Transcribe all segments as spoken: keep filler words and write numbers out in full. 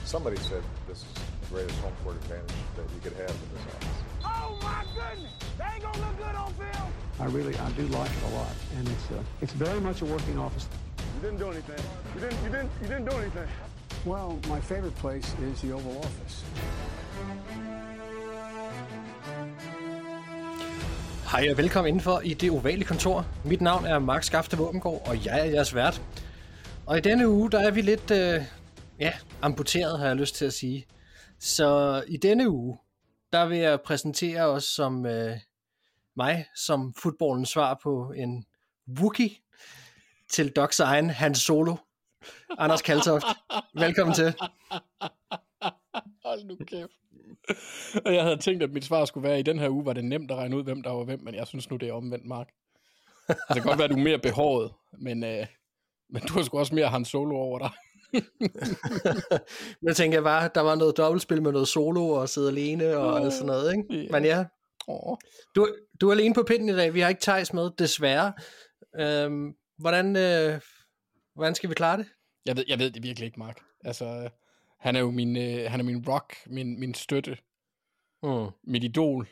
Somebody said this is the greatest home court advantage that you could have in this office. Oh my goodness! They ain't gonna look good on film. I really, I do like it a lot, and it's uh, it's very much a working office. You didn't do anything. You didn't. You didn't. You didn't do anything. Well, my favorite place is the Oval Office. Hej og velkommen indenfor i Det Ovale Kontor. Mit navn er Mark Skafte Våbengård, og jeg er jeres vært. Og i denne uge, der er vi lidt, øh, ja, amputeret, har jeg lyst til at sige. Så i denne uge, der vil jeg præsentere os som øh, mig, som fodboldens svar på en Wookie til Docs egen Han Solo. Anders Kaltoft, velkommen til. Hold nu kæft. Og jeg havde tænkt, at mit svar skulle være, at i den her uge var det nemt at regne ud, hvem der var hvem, men jeg synes nu, det er omvendt, Mark. Det kan godt være, at du er mere behåret, men, øh, men du har sgu også mere Han Solo over dig. Men jeg tænker bare, der var noget dobbeltspil med noget solo og sidde alene og sådan noget, ikke? Ja. Men ja, du, du er alene på pinden i dag, vi har ikke Theis med, desværre. Øhm, hvordan, øh, hvordan skal vi klare det? Jeg ved, jeg ved det virkelig ikke, Mark. Altså, han er jo min, øh, han er min rock, min, min støtte, mm. mit idol.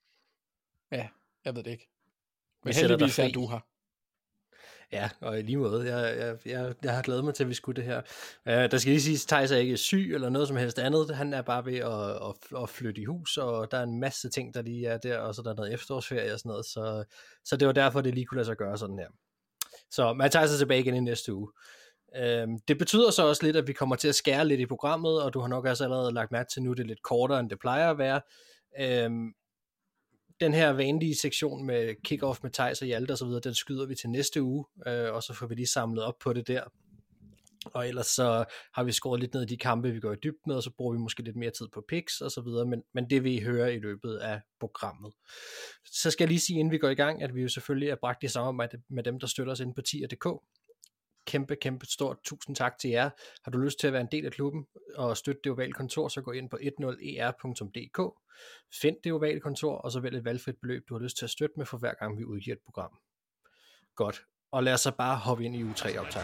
Ja, jeg ved det ikke. Men heldigvis er du her. Ja, og i lige måde, jeg, jeg, jeg, jeg har glædet mig til, at vi skulle det her. Uh, der skal lige siges, at Theis er ikke syg eller noget som helst andet. Han er bare ved at, at, at flytte i hus, og der er en masse ting, der lige er der, og så der er noget efterårsferie og sådan noget. Så, så det var derfor, det lige kunne lade sig gøre sådan her. Så men Theis er tilbage igen i næste uge. Uh, det betyder så også lidt, at vi kommer til at skære lidt i programmet, og du har nok også allerede lagt mærke til, nu det er lidt kortere, end det plejer at være. Uh, Den her vanlige sektion med kick-off med Theis og Hjalte og så videre, den skyder vi til næste uge, øh, og så får vi lige samlet op på det der. Og ellers så har vi skåret lidt ned i de kampe, vi går i dybden med, og så bruger vi måske lidt mere tid på picks og så videre, men, men det vil I høre i løbet af programmet. Så skal jeg lige sige, inden vi går i gang, at vi jo selvfølgelig er bragt i samarbejde med dem, der støtter os inde på tier punktum d k. Kæmpe, kæmpe stort tusind tak til jer. Har du lyst til at være en del af klubben og støtte Det Ovale Kontor, så gå ind på ti e r punktum d k, find Det Ovale Kontor, og så vælg et valgfrit beløb, du har lyst til at støtte med for hver gang vi udgiver et program. Godt. Og lad os så bare hoppe ind i uge tre optag.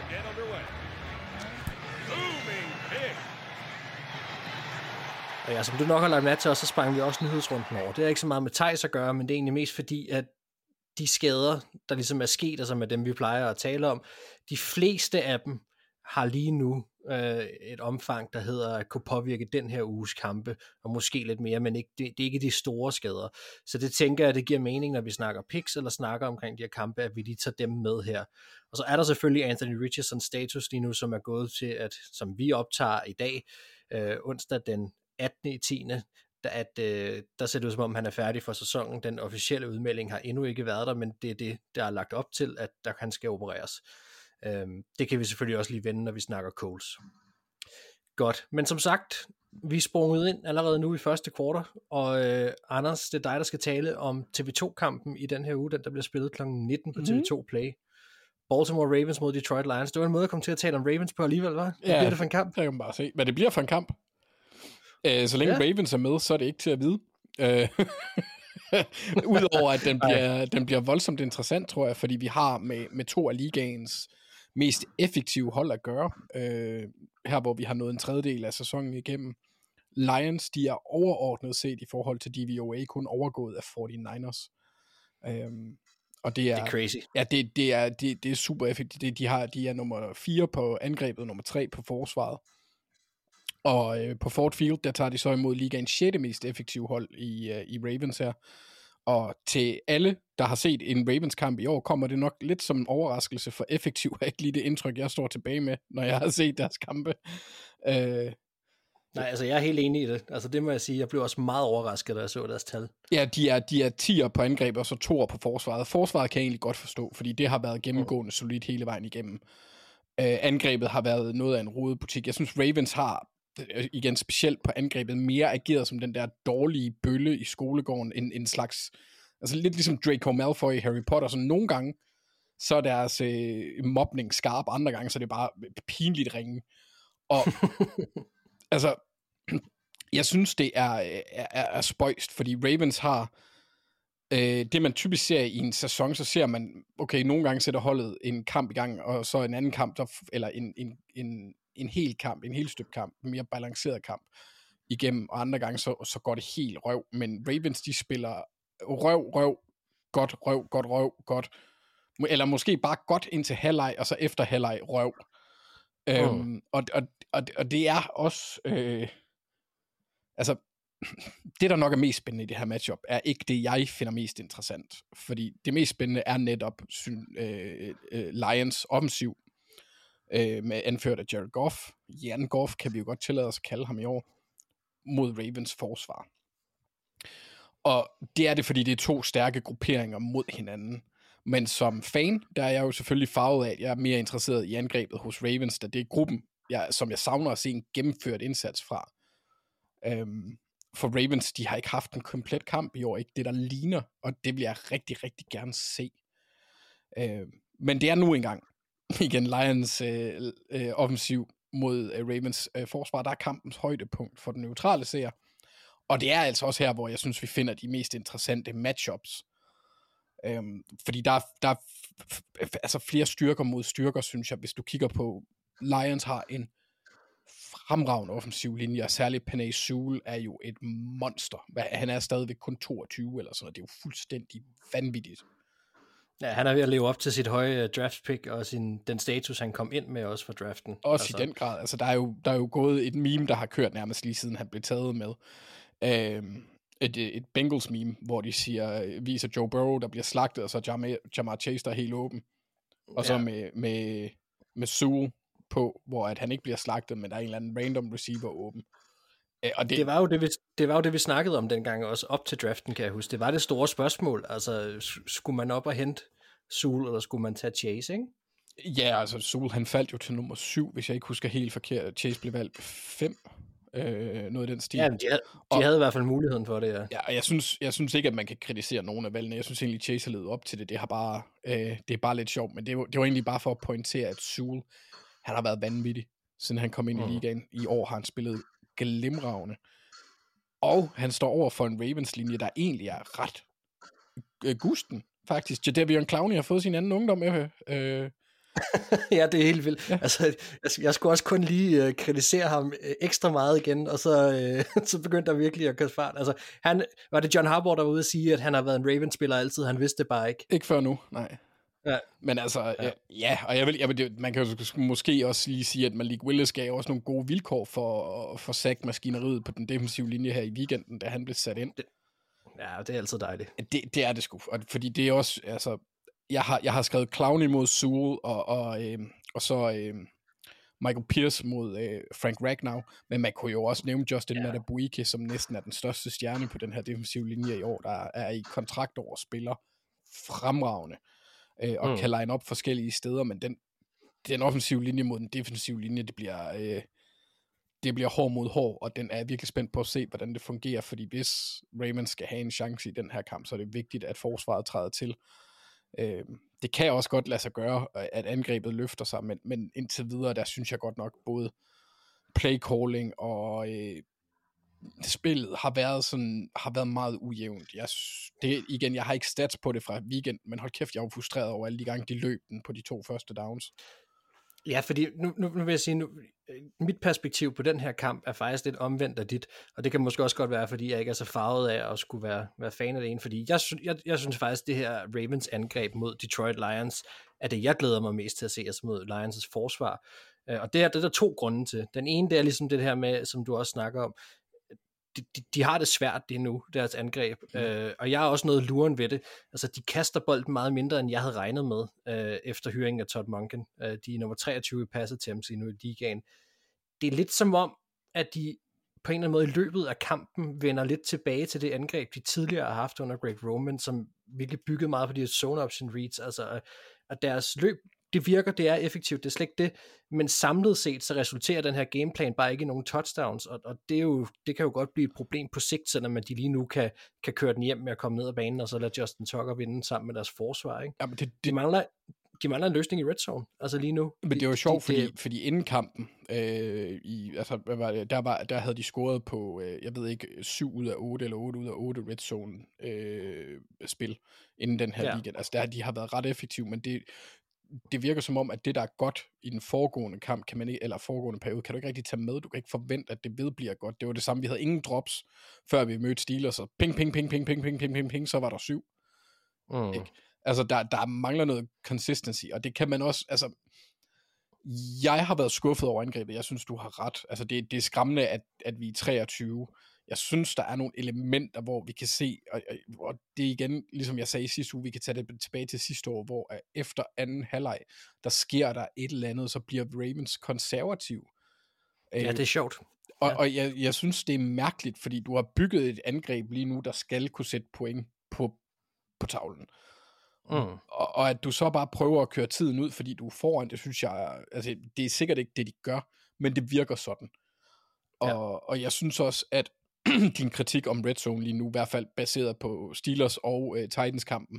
Og ja, som du nok har lagt mærke til os, så sprang vi også nyhedsrunden over. Det er ikke så meget med Theis at gøre, men det er egentlig mest fordi, at de skader, der ligesom er sket, og som er dem, vi plejer at tale om, de fleste af dem har lige nu øh, et omfang, der hedder at kunne påvirke den her uges kampe, og måske lidt mere, men ikke, det, det er ikke de store skader. Så det tænker jeg, det giver mening, når vi snakker picks, eller snakker omkring de her kampe, at vi lige tager dem med her. Og så er der selvfølgelig Anthony Richardsons status lige nu, som er gået til, at som vi optager i dag, øh, onsdag den attende tiende at øh, der ser det ud som om han er færdig for sæsonen. Den officielle udmelding har endnu ikke været der, men det er det, der er lagt op til, at der han skal opereres. Øhm, det kan vi selvfølgelig også lige vende, når vi snakker Coles. Godt, men som sagt, vi er sprunget ind allerede nu i første kvartal, og øh, Anders, det er dig, der skal tale om T V to-kampen i den her uge, den der bliver spillet klokken nitten på T V to Play. Baltimore Ravens mod Detroit Lions. Det var en måde at komme til at tale om Ravens på alligevel, hva'? Hvad ja, bliver det for en kamp? Jeg kan bare se, hvad det bliver for en kamp. Uh, så længe ja. Ravens er med, så er det ikke til at vide. Uh, Udover at den bliver, den bliver voldsomt interessant, tror jeg, fordi vi har med, med to af ligaens mest effektive hold at gøre. Uh, her hvor vi har nået en tredjedel af sæsonen igennem. Lions, de er overordnet set i forhold til D V O A kun overgået af forty-niners. Uh, og det er, det er crazy. Ja, det, det, er, det, det er super effektivt. Det, de, har, de er nummer fire på angrebet, nummer tre på forsvaret. Og øh, på Ford Field, der tager de så imod ligaens sjette mest effektive hold i, øh, i Ravens her. Og til alle, der har set en Ravens-kamp i år, kommer det nok lidt som en overraskelse, for effektiv er ikke lige det indtryk, jeg står tilbage med, når jeg har set deres kampe. Øh, Nej, altså jeg er helt enig i det. Altså det må jeg sige, jeg blev også meget overrasket, da jeg så deres tal. Ja, de er, de er tier på angreb, og så toer på forsvaret. Forsvaret kan jeg egentlig godt forstå, fordi det har været gennemgående solidt hele vejen igennem. Øh, angrebet har været noget af en rodebutik. Jeg synes, Ravens har igen specielt på angrebet, mere ageret som den der dårlige bølle i skolegården, en, en slags, altså lidt ligesom Draco Malfoy i Harry Potter, så nogle gange, så er deres øh, mobning skarp, andre gange, så er det bare pinligt ringe. Og, altså, jeg synes, det er, er, er spøjst, fordi Ravens har, øh, det man typisk ser i en sæson, så ser man, okay, nogle gange sætter holdet en kamp i gang, og så en anden kamp, der, eller en, en, en en hel kamp, en helt stykke kamp, en mere balanceret kamp igennem, og andre gange så, så går det helt røv, men Ravens, de spiller røv, røv, godt, røv, godt, røv, godt, eller måske bare godt indtil halvleg, og så efter halvleg røv. Mm. Øhm, og, og, og, og det er også, øh, altså, det der nok er mest spændende i det her matchup, er ikke det, jeg finder mest interessant, fordi det mest spændende er netop øh, øh, Lions offensiv, øh, med anført af Jared Goff. Jan Goff kan vi jo godt tillade os at kalde ham i år, mod Ravens forsvar. Og det er det, fordi det er to stærke grupperinger mod hinanden. Men som fan, der er jeg jo selvfølgelig farvet af, at jeg er mere interesseret i angrebet hos Ravens, da det er gruppen, jeg, som jeg savner at se en gennemført indsats fra. Øhm, for Ravens, de har ikke haft en komplet kamp i år, ikke det der ligner, og det vil jeg rigtig, rigtig gerne se. Øhm, men det er nu engang, igen, Lions øh, øh, offensiv mod øh, Ravens øh, forsvar, der er kampens højdepunkt for den neutrale seer. Og det er altså også her, hvor jeg synes, vi finder de mest interessante matchups. Øhm, fordi der er, der er f- f- altså flere styrker mod styrker, synes jeg, hvis du kigger på, Lions har en fremragende offensiv linje, og særligt Penei Sewell er jo et monster. Han er stadigvæk kun toogtyve eller sådan noget. Det er jo fuldstændig vanvittigt. Ja, han er ved at leve op til sit høje draft pick, og sin, den status, han kom ind med også for draften. Også altså. I den grad. Altså, der er, jo, der er jo gået et meme, der har kørt nærmest lige siden han blev taget med. Øhm, et, et Bengals meme, hvor de siger, viser Joe Burrow, der bliver slagtet, og så Jamar, Jamar Chase, der er helt åben. Og så ja. med, med, med Sewell på, hvor at han ikke bliver slagtet, men der er en eller anden random receiver åben. Øh, og det, det, var jo det, vi, det var jo det, vi snakkede om dengang, også op til draften, kan jeg huske. Det var det store spørgsmål. Altså, skulle man op og hente Sewell, eller skulle man tage Chase, ikke? Ja, altså Sewell, han faldt jo til nummer syv, hvis jeg ikke husker helt forkert. Chase blev valgt fem. Øh, noget af den stil. Ja, de, havde, de og, havde i hvert fald muligheden for det, ja. Ja, og jeg synes, jeg synes ikke, at man kan kritisere nogen af valgene. Jeg synes egentlig, Chase har levet op til det. Det, har bare, øh, det er bare lidt sjovt, men det var, det var egentlig bare for at pointere, at Sewell, han har været vanvittig, siden han kom ind mm. i ligaen. I år har han spillet glimragende. Og han står over for en Ravens-linje, der egentlig er ret øh, gusten, faktisk. Jadeveon Clowney har fået sin anden ungdom med. Øh, ja, det er helt vildt. Ja. Altså, jeg, jeg skulle også kun lige øh, kritisere ham øh, ekstra meget igen, og så, øh, så begyndte der virkelig at kaste fart. Altså, han, var det John Harbaugh, der var ude at sige, at han har været en Ravens-spiller altid, han vidste det bare ikke. Ikke før nu, nej. Ja. Men altså, ja, ja og jeg vil, jeg vil, man kan jo måske også lige sige, at Malik Willis gav også nogle gode vilkår for, for sack-maskineriet på den defensive linje her i weekenden, da han blev sat ind. Det, ja, det er altid dejligt. Det, det er det sgu, og fordi det er også, altså, jeg har, jeg har skrevet Clowney mod Sewell, og, og, øh, og så øh, Michael Pierce mod øh, Frank Ragnow, men man kunne jo også nævne Justin yeah. Madubuike, som næsten er den største stjerne på den her defensive linje i år, der er i kontrakt over spiller fremragende, øh, og mm. kan line op forskellige steder, men den, den offensive linje mod den defensive linje, det bliver, øh, det bliver hård mod hård, og den er jeg virkelig spændt på at se, hvordan det fungerer, fordi hvis Ravens skal have en chance i den her kamp, så er det vigtigt, at forsvaret træder til. Øh, det kan også godt lade sig gøre, at angrebet løfter sig, men, men indtil videre, der synes jeg godt nok, både play calling og øh, spillet har været sådan, har været meget ujævnt. Jeg, det, igen, jeg har ikke stats på det fra weekend, men hold kæft, jeg er jo frustreret over alle de gange, de løb den på de to første downs. Ja, fordi nu, nu, nu vil jeg sige, nu, mit perspektiv på den her kamp er faktisk lidt omvendt af dit, og det kan måske også godt være, fordi jeg ikke er så farvet af at skulle være, være fan af det ene, fordi jeg, jeg, jeg synes faktisk, det her Ravens angreb mod Detroit Lions er det, jeg glæder mig mest til at se, altså mod Lions' forsvar. Og det er, det er der to grunde til. Den ene, det er ligesom det her med, som du også snakker om, De, de, de har det svært lige nu, deres angreb, mm. øh, og jeg er også noget luren ved det. Altså, de kaster bolden meget mindre, end jeg havde regnet med, øh, efter hyringen af Todd Monken. Øh, de er nummer treogtyve i pass attempts i nu i ligaen. Det er lidt som om, at de på en eller anden måde i løbet af kampen vender lidt tilbage til det angreb, de tidligere har haft under Greg Roman, som virkelig byggede meget på de zone option reads, altså, at deres løb, det virker, det er effektivt, det er slet ikke det, men samlet set, så resulterer den her gameplan bare ikke i nogen touchdowns, og, og det, er jo, det kan jo godt blive et problem på sigt, selvom de lige nu kan, kan køre den hjem med at komme ned ad banen, og så lade Justin Tucker vinde sammen med deres forsvar, ikke? Ja, men det, det... De, mangler, de mangler en løsning i red zone, altså lige nu. Men det er jo sjovt, de, fordi, de... fordi inden kampen, øh, i, altså, hvad var det, der, var, der havde de scoret på, øh, jeg ved ikke, syv ud af otte, eller otte ud af otte red zone øh, spil, inden den her ja. weekend. Altså, der, de har været ret effektive, men det det virker som om, at det, der er godt i den foregående kamp, kan man ikke, eller foregående periode, kan du ikke rigtig tage med. Du kan ikke forvente, at det vedbliver godt. Det var det samme. Vi havde ingen drops, før vi mødte Steelers, så ping, ping, ping, ping, ping, ping, ping, ping, ping, så var der syv. Mm. Ikke? Altså, der, der mangler noget consistency, og det kan man også, altså, jeg har været skuffet over angrebet. Jeg synes, du har ret. Altså, det, det er skræmmende, at, at vi er treogtyve. Jeg synes, der er nogle elementer, hvor vi kan se, og, og det er igen, ligesom jeg sagde i sidste uge, vi kan tage det tilbage til sidste år, hvor efter anden halvleg, der sker der et eller andet, så bliver Ravens konservativ. Ja, det er sjovt. Og, ja. og jeg, jeg synes, det er mærkeligt, fordi du har bygget et angreb lige nu, der skal kunne sætte point på, på tavlen. Mm. Og, og at du så bare prøver at køre tiden ud, fordi du er foran, det synes jeg, altså det er sikkert ikke det, de gør, men det virker sådan. Og, ja. og jeg synes også, at din kritik om Red Zone lige nu, i hvert fald baseret på Steelers og uh, Titans-kampen,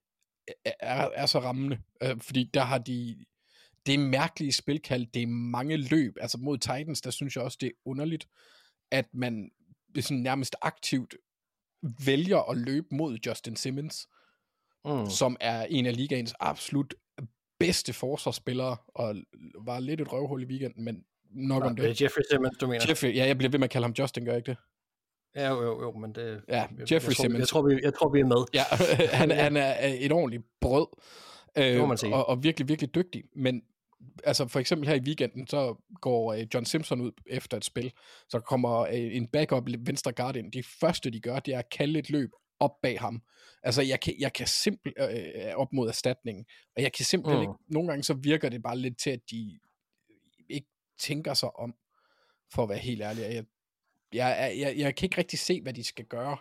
er, er så rammende. Uh, fordi der har de, det er mærkelige spilkald, det er mange løb. Altså mod Titans, der synes jeg også, det er underligt, at man sådan nærmest aktivt vælger at løbe mod Justin Simmons, mm. som er en af ligaens absolut bedste forsvarsspillere, og var lidt et røvhul i weekenden, men nok ja, om det. Det er Jeffrey Simmons, du mener? Jeffrey, ja, jeg bliver ved med at kalde ham Justin, gør jeg ikke det? Ja, jo, jo, jo, men det... Ja, jeg, Jeffrey jeg tror, Simmons. Jeg tror, vi, jeg tror, vi er med. Ja, han, han er et ordentligt brød, øh, og, og virkelig, virkelig dygtig, men altså for eksempel her i weekenden, så går øh, John Simpson ud efter et spil, så kommer øh, en backup venstre guard ind. Det første, de gør, det er at kalde et løb op bag ham. Altså, jeg kan, jeg kan simpelthen øh, op mod erstatningen, og jeg kan simpelthen mm. ikke, nogle gange så virker det bare lidt til, at de ikke tænker sig om, for at være helt ærlig. Jeg, jeg, jeg, jeg kan ikke rigtig se, hvad de skal gøre.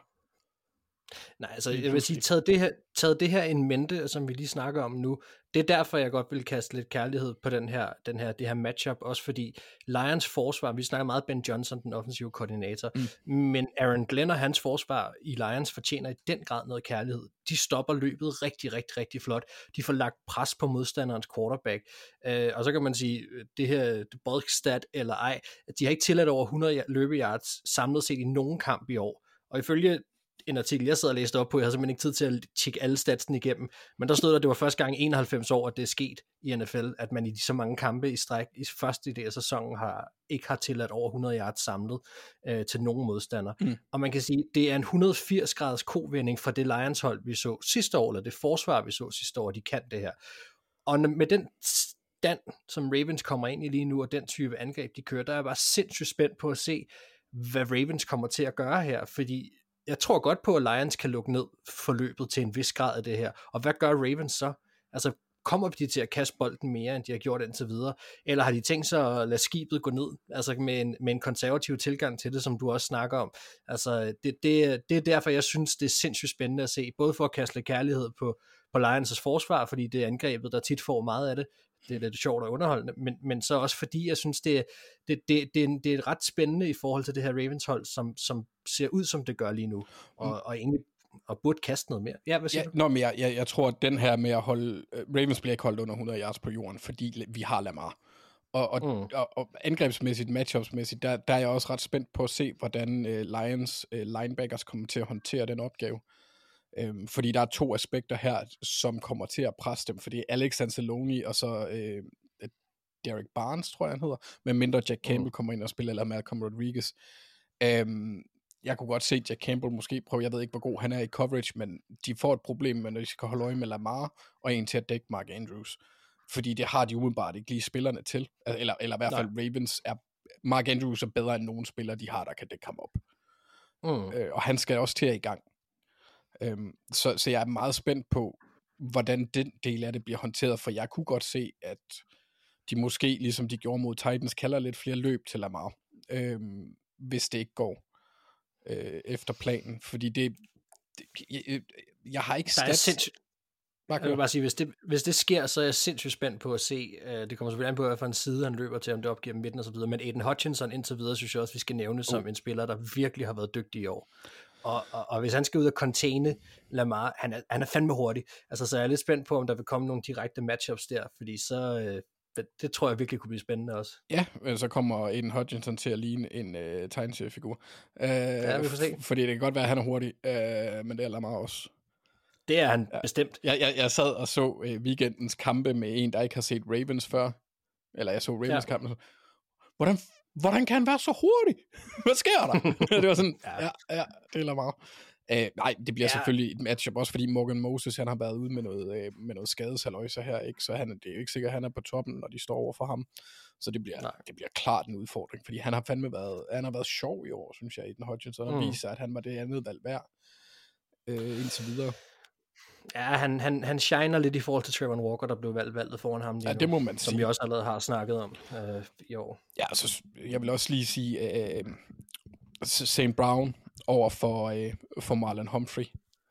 Nej, altså jeg vil sige, taget det her, taget det her in mente, som vi lige snakker om nu, det er derfor, jeg godt vil kaste lidt kærlighed på den her, den her, det her matchup, også fordi Lions forsvar, vi snakker meget Ben Johnson, den offensive koordinator, mm. men Aaron Glenn og hans forsvar i Lions fortjener i den grad noget kærlighed. De stopper løbet rigtig, rigtig, rigtig flot. De får lagt pres på modstanderens quarterback, øh, og så kan man sige, det her bulk-stat eller ej, de har ikke tilladt over hundrede løbeyards samlet set i nogen kamp i år, og ifølge en artikel, jeg sidder og læste op på, jeg har simpelthen ikke tid til at tjekke alle statsen igennem, men der stod der, at det var første gang i enoghalvfems år, at det er sket i N F L, at man i så mange kampe i stræk i første del af sæsonen har, ikke har tilladt over hundrede yards samlet øh, til nogen modstander. Mm. Og man kan sige, det er en et hundrede og firs graders kovending fra det Lions hold, vi så sidste år, eller det forsvar, vi så sidste år, de kan det her. Og med den stand, som Ravens kommer ind i lige nu, og den type angreb, de kører, der er jeg bare sindssygt spændt på at se, hvad Ravens kommer til at gøre her, fordi jeg tror godt på, at Lions kan lukke ned forløbet til en vis grad af det her. Og hvad gør Ravens så? Altså, kommer de til at kaste bolden mere, end de har gjort indtil videre? Eller har de tænkt sig at lade skibet gå ned? Altså med en, med en konservativ tilgang til det, som du også snakker om. Altså, det, det, det er derfor, jeg synes, det er sindssygt spændende at se. Både for at kaste lidt kærlighed på, på Lions' forsvar, fordi det er angrebet, der tit får meget af det. Det er lidt sjovt og underholdende, men, men så også fordi, jeg synes, det, det, det, det, er, det er ret spændende i forhold til det her Ravens-hold, som, som ser ud, som det gør lige nu, og, mm. og egentlig og burde kaste noget mere. Ja, hvad siger ja, du? Nå, men jeg, jeg, jeg tror, at den her med at holde, uh, Ravens bliver ikke holdt under hundrede yards på jorden, fordi vi har Lamar. Og, og, mm. og, og angrebsmæssigt, matchupsmæssigt, der, der er jeg også ret spændt på at se, hvordan uh, Lions uh, linebackers kommer til at håndtere den opgave. Øhm, fordi der er to aspekter her, som kommer til at presse dem, fordi Alex Anzalone og så øh, Derek Barnes, tror jeg han hedder, med mindre Jack Campbell mm. kommer ind og spiller, eller Malcolm Rodriguez. Øhm, jeg kunne godt se Jack Campbell måske prøve, jeg ved ikke hvor god han er i coverage, men de får et problem med, når de skal holde øje med Lamar, og en til at dække Mark Andrews. Fordi det har de umiddelbart ikke lige spillerne til, eller, eller i hvert fald Nej. Ravens er, Mark Andrews er bedre end nogen spillere, de har, der kan dække ham op. Mm. Øh, og han skal også til at i gang. Øhm, så, så jeg er meget spændt på, hvordan den del af det bliver håndteret, for jeg kunne godt se, at de måske, ligesom de gjorde mod Titans, kalder lidt flere løb til Lamar, øhm, hvis det ikke går øh, efter planen, fordi det, det jeg, jeg har ikke stats. Jeg vil bare sige, hvis det, hvis det sker, så er jeg sindssygt spændt på at se, uh, det kommer selvfølgelig an på, hvad for en side han løber til, om det opgiver midten og så videre, men Aiden Hutchinson indtil videre, synes jeg også, vi skal nævne som uh. en spiller, der virkelig har været dygtig i år. Og, og, og hvis han skal ud og containe Lamar, han er, han er fandme hurtig. Altså, så er jeg lidt spændt på, om der vil komme nogle direkte matchups der, fordi så, øh, det, det tror jeg virkelig kunne blive spændende også. Ja, så kommer Aiden Hutchinson til at ligne en øh, tegneseriefigur. Øh, ja, vi får se. Fordi det kan godt være, at han er hurtig, øh, men det er Lamar også. Det er han ja. bestemt. Jeg, jeg, jeg sad og så øh, weekendens kampe med en, der ikke har set Ravens før. Eller jeg så Ravens ja. kampen. Hvordan, hvordan kan han være så hurtig? Hvad sker der? Det var sådan, ja, ja, ja det er meget. Uh, nej, det bliver ja. selvfølgelig et matchup, også fordi Morgan Moses, han har været ude med noget, uh, med noget skadesaløjse her, ikke? Så han, det er jo ikke sikkert, at han er på toppen, når de står over for ham. Så det bliver, det bliver klart en udfordring, fordi han har fandme været, han har været sjov i år, synes jeg, i den Hutchinson, og mm. viser, at han var det andet valg værd uh, indtil videre. Ja, han, han, han shiner lidt i forhold til Trevor Walker, der blev valgt, valgt foran ham lige ja, nu, det må man som sige. vi også allerede har snakket om uh, i år. Ja, så jeg vil også lige sige uh, Saint Brown over for, uh, for Marlon Humphrey.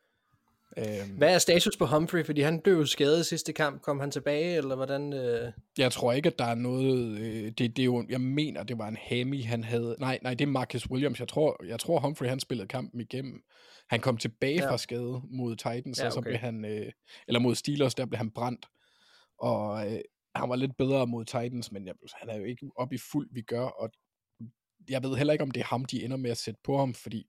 Um, Hvad er status på Humphrey? Fordi han blev skadet i sidste kamp. Kom han tilbage, eller hvordan? Uh... Jeg tror ikke, at der er noget... Øh, det, det er jo, jeg mener, det var en hammy, han havde... Nej, nej, det er Marcus Williams. Jeg tror, jeg tror Humphrey, han spillede kampen igennem. Han kom tilbage ja. fra skade mod Titans, ja, okay. og så blev han... Øh, eller mod Steelers, der blev han brændt. Og øh, han var lidt bedre mod Titans, men jeg, han er jo ikke oppe i fuld, vi gør. Og jeg ved heller ikke, om det er ham, de ender med at sætte på ham, fordi...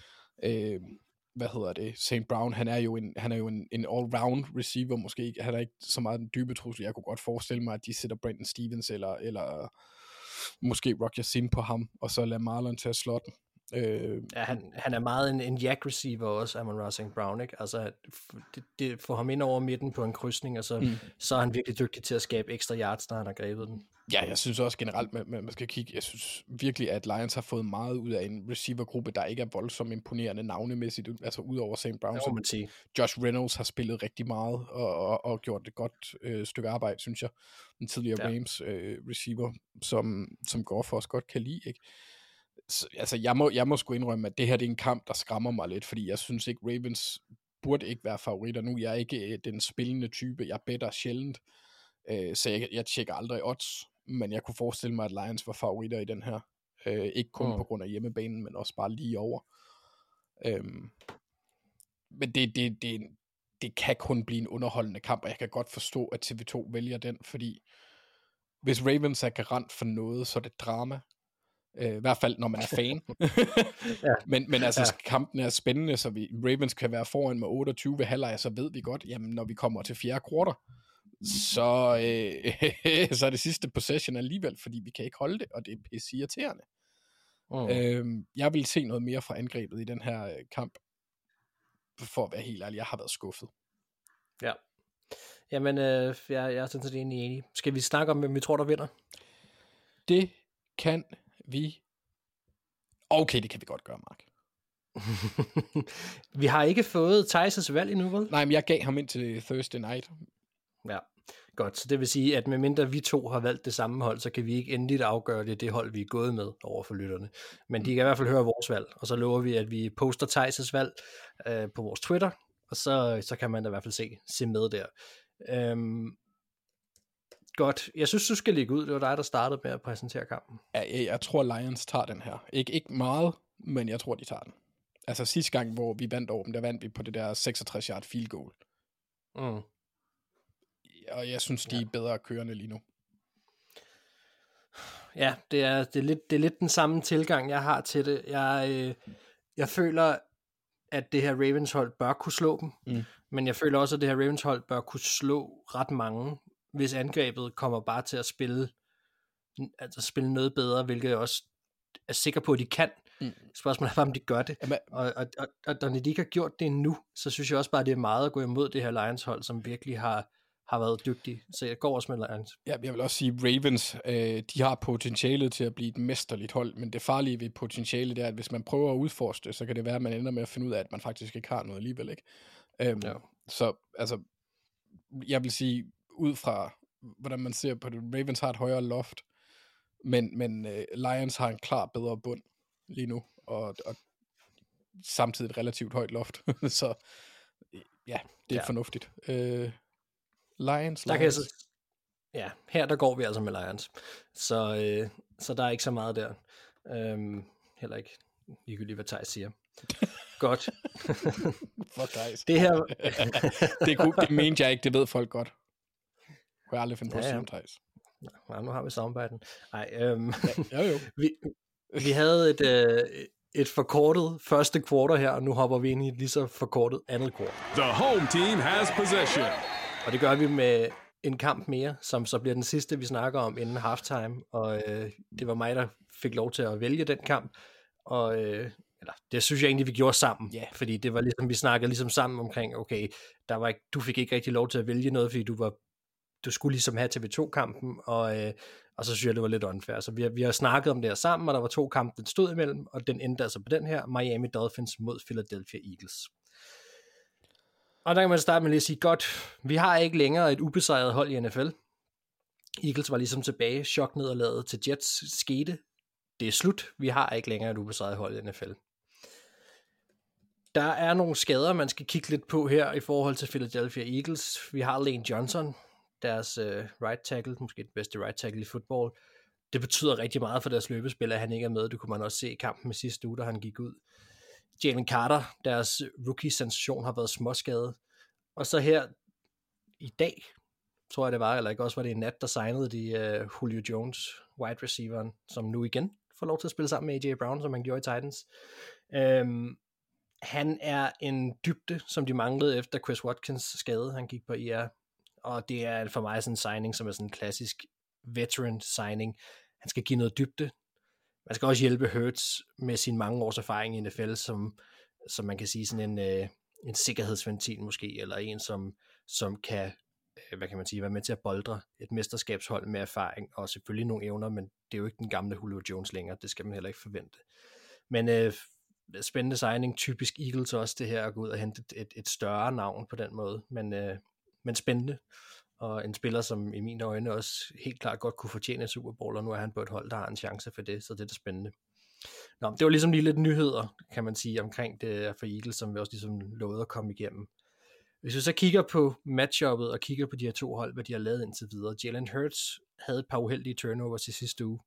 Øh, hvad hedder det, Saint Brown, han er jo en, han er jo en, en all-round receiver, måske ikke, han er ikke så meget den dybe trussel. Jeg kunne godt forestille mig, at de sætter Brandon Stevens, eller, eller måske Roger Sin på ham, og så lader Marlon til at slå den. Øh, ja, han, han er meget en, en jack receiver også, Amon-Ra Saint Brown, ikke? Altså, det, det får ham ind over midten på en krydsning, og så, mm. så er han virkelig dygtig til at skabe ekstra yards, når han har grebet den. Ja, jeg synes også generelt, at man skal kigge, jeg synes virkelig, at Lions har fået meget ud af en receivergruppe, der ikke er voldsomt imponerende navnemæssigt, altså ud over Saint Brown. Det må man sige. Josh Reynolds har spillet rigtig meget, og, og, og gjort et godt øh, stykke arbejde, synes jeg. En tidligere ja. Rams øh, receiver, som, som går for os godt kan lide, ikke? Så, altså, jeg må, jeg må sgu indrømme, at det her det er en kamp, der skræmmer mig lidt, fordi jeg synes ikke, Ravens burde ikke være favoritter nu. Jeg er ikke øh, den spillende type, jeg better sjældent, øh, så jeg, jeg tjekker aldrig odds, men jeg kunne forestille mig, at Lions var favoritter i den her. Øh, ikke kun mm. på grund af hjemmebanen, men også bare lige over. Øhm, men det, det, det, det kan kun blive en underholdende kamp, og jeg kan godt forstå, at T V to vælger den, fordi hvis Ravens er garant for noget, så er det drama. Øh, I hvert fald, når man er fan. ja. men, men altså, ja. kampen er spændende, så vi, Ravens kan være foran med otteogtyve ved halvleg, så ved vi godt, jamen, når vi kommer til fjerde kvartal, så, øh, så er det sidste possession alligevel, fordi vi kan ikke holde det, og det er pisse irriterende. Mm. Øh, jeg vil se noget mere fra angrebet i den her øh, kamp, for at være helt ærlig, jeg har været skuffet. Ja. Jamen, øh, jeg, jeg er sådan set enig enig. Skal vi snakke om, hvem vi tror, der vinder? Det kan vi... Okay, det kan vi godt gøre, Mark. Vi har ikke fået Theis' valg endnu, vel? Nej, men jeg gav ham ind til Thursday night. Ja, godt. Så det vil sige, at medmindre vi to har valgt det samme hold, så kan vi ikke endeligt afgøre det, det hold, vi er gået med over for lytterne. Men de kan i hvert fald høre vores valg, og så lover vi, at vi poster Theis' valg øh, på vores Twitter, og så, så kan man da i hvert fald se, se med der. Øhm, godt. Jeg synes, du skal ligge ud. Det var dig, der startede med at præsentere kampen. Ja, jeg, jeg tror, Lions tager den her. Ik- ikke meget, men jeg tror, de tager den. Altså sidste gang, hvor vi vandt over dem, der vandt vi på det der seksogtres yard field goal. Mm. Og jeg synes, de er bedre kørende lige nu. Ja, det er, det er, lidt, det er lidt den samme tilgang, jeg har til det. Jeg, øh, jeg føler, at det her Ravens hold bør kunne slå dem, mm. men jeg føler også, at det her Ravens hold bør kunne slå ret mange, hvis angrebet kommer bare til at spille, altså spille noget bedre, hvilket jeg også er sikker på, at de kan. Mm. Spørgsmålet er bare, om de gør det. Jamen, og, og, og, og når de ikke har gjort det endnu, så synes jeg også bare, at det er meget at gå imod det her Lions hold, som virkelig har har været dygtig, så jeg går også med Lions. Ja, jeg vil også sige, Ravens, øh, de har potentialet til at blive et mesterligt hold, men det farlige ved potentialet det er, at hvis man prøver at udforske det, så kan det være, at man ender med at finde ud af, at man faktisk ikke har noget alligevel, ikke? Øhm, ja. Så, altså, jeg vil sige, ud fra, hvordan man ser på det, Ravens har et højere loft, men, men øh, Lions har en klar bedre bund lige nu, og, og samtidig et relativt højt loft, så ja, det er ja. fornuftigt. Øh, Lions, der Lions. Så, ja, her der går vi altså med Lions. Så, øh, så der er ikke så meget der. Øhm, heller ikke ligegyldigt, hvad Theis siger. Godt. For Theis. Det her... det, kunne, det mente jeg ikke, det ved folk godt. Jeg har aldrig finde på at sige om Theis. Ja, nu har vi soundbiten. Ej, øhm, ja, jo, jo. vi, vi havde et, øh, et forkortet første quarter her, og nu hopper vi ind i et lige så forkortet andet quarter. The home team has possession. Og det gør vi med en kamp mere, som så bliver den sidste, vi snakker om inden halftime, og øh, det var mig, der fik lov til at vælge den kamp, og øh, eller, det synes jeg egentlig, vi gjorde sammen, yeah. fordi det var ligesom, vi snakkede ligesom sammen omkring, okay, der var ikke, du fik ikke rigtig lov til at vælge noget, fordi du var, du skulle ligesom have T V to-kampen, og, øh, og så synes jeg, det var lidt unfair, så vi har, vi har snakket om det her sammen, og der var to kampe, den stod imellem, og den endte altså på den her, Miami Dolphins mod Philadelphia Eagles. Og der kan man starte med lige at sige, godt, vi har ikke længere et ubesejret hold i N F L. Eagles var ligesom tilbage, choknederlaget til Jets skete. Det er slut, vi har ikke længere et ubesejret hold i N F L. Der er nogle skader, man skal kigge lidt på her i forhold til Philadelphia Eagles. Vi har Lane Johnson, deres uh, right tackle, måske den bedste right tackle i football. Det betyder rigtig meget for deres løbespil, at han ikke er med. Det kunne man også se i kampen med sidste uge, da han gik ud. Jalen Carter, deres rookie-sensation, har været småskadet. Og så her i dag, tror jeg det var, eller ikke også var det i nat, der signede de uh, Julio Jones, wide receiveren, som nu igen får lov til at spille sammen med A J Brown, som han gjorde i Titans. Um, han er en dybde, som de manglede efter Chris Watkins skade, han gik på I R. Og det er for mig sådan en signing, som er sådan en klassisk veteran signing. Han skal give noget dybde. Man skal også hjælpe Hurts med sin mange års erfaring i N F L, som, som man kan sige sådan en, øh, en sikkerhedsventil måske, eller en, som, som kan, øh, hvad kan man sige, være med til at boldre et mesterskabshold med erfaring, og selvfølgelig nogle evner, men det er jo ikke den gamle Julio Jones længere, det skal man heller ikke forvente. Men øh, spændende signing, typisk Eagles også det her, at gå ud og hente et, et større navn på den måde, men, øh, men spændende. Og en spiller, som i mine øjne også helt klart godt kunne fortjene et Super Bowl, og nu er han på et hold, der har en chance for det, så det er da spændende. Nå, det var ligesom lige lidt nyheder, kan man sige, omkring det for Eagles, som vi også ligesom lovede at komme igennem. Hvis vi så kigger på matchuppet, og kigger på de her to hold, hvad de har lavet indtil videre. Jalen Hurts havde et par uheldige turnovers i sidste uge.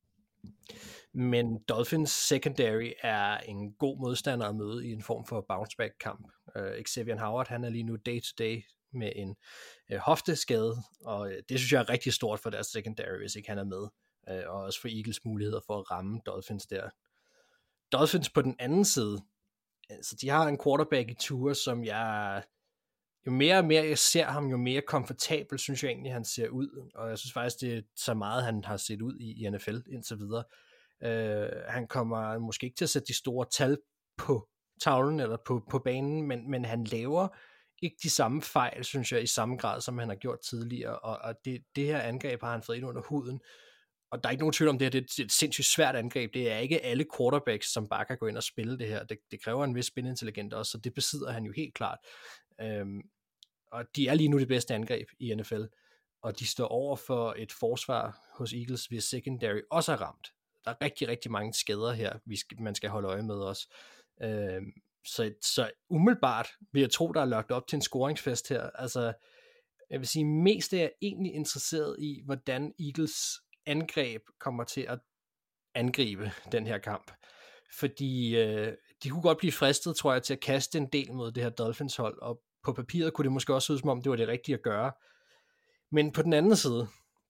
Men Dolphins secondary er en god modstander at møde i en form for bounce-back kamp. Uh, Xavier Howard, han er lige nu day-to-day med en øh, hofteskade, og øh, det synes jeg er rigtig stort for deres secondary, hvis ikke han er med, øh, og også for Eagles muligheder for at ramme Dolphins der. Dolphins på den anden side, altså de har en quarterback i Tua, som jeg, jo mere og mere jeg ser ham, jo mere komfortabel synes jeg egentlig, han ser ud, og jeg synes faktisk, det er så meget, han har set ud i, i N F L indtil videre. Øh, han kommer måske ikke til at sætte de store tal på tavlen, eller på, på banen, men, men han laver ikke de samme fejl, synes jeg, i samme grad, som han har gjort tidligere, og, og det, det her angreb har han fået ind under huden, og der er ikke nogen tvivl om det her, det er et sindssygt svært angreb, det er ikke alle quarterbacks, som bare kan gå ind og spille det her, det, det kræver en vis spilintelligens også, så det besidder han jo helt klart, øhm, og de er lige nu det bedste angreb i N F L, og de står over for et forsvar hos Eagles, hvis secondary også er ramt. Der er rigtig, rigtig mange skader her, vi skal, man skal holde øje med også, øhm, Så, så umiddelbart vil jeg tro, der er lagt op til en scoringsfest her. Altså, jeg vil sige, mest er jeg egentlig interesseret i, hvordan Eagles angreb kommer til at angribe den her kamp. Fordi øh, de kunne godt blive fristet, tror jeg, til at kaste en del mod det her Dolphins hold, og på papiret kunne det måske også ud som om, det var det rigtige at gøre. Men på den anden side,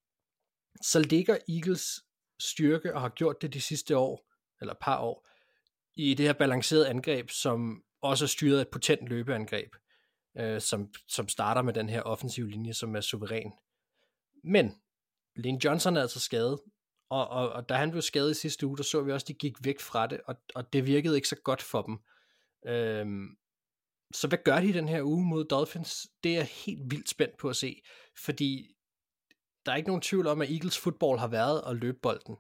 så ligger Eagles styrke, og har gjort det de sidste år, eller par år, i det her balancerede angreb, som også er styret af et potent løbeangreb, øh, som, som starter med den her offensive linje, som er suveræn. Men Lane Johnson er altså skadet, og, og, og da han blev skadet i sidste uge, der så vi også, at de gik væk fra det, og, og det virkede ikke så godt for dem. Øhm, så hvad gør de i den her uge mod Dolphins? Det er jeg helt vildt spændt på at se, fordi der er ikke nogen tvivl om, at Eagles football har været at løbe bolden.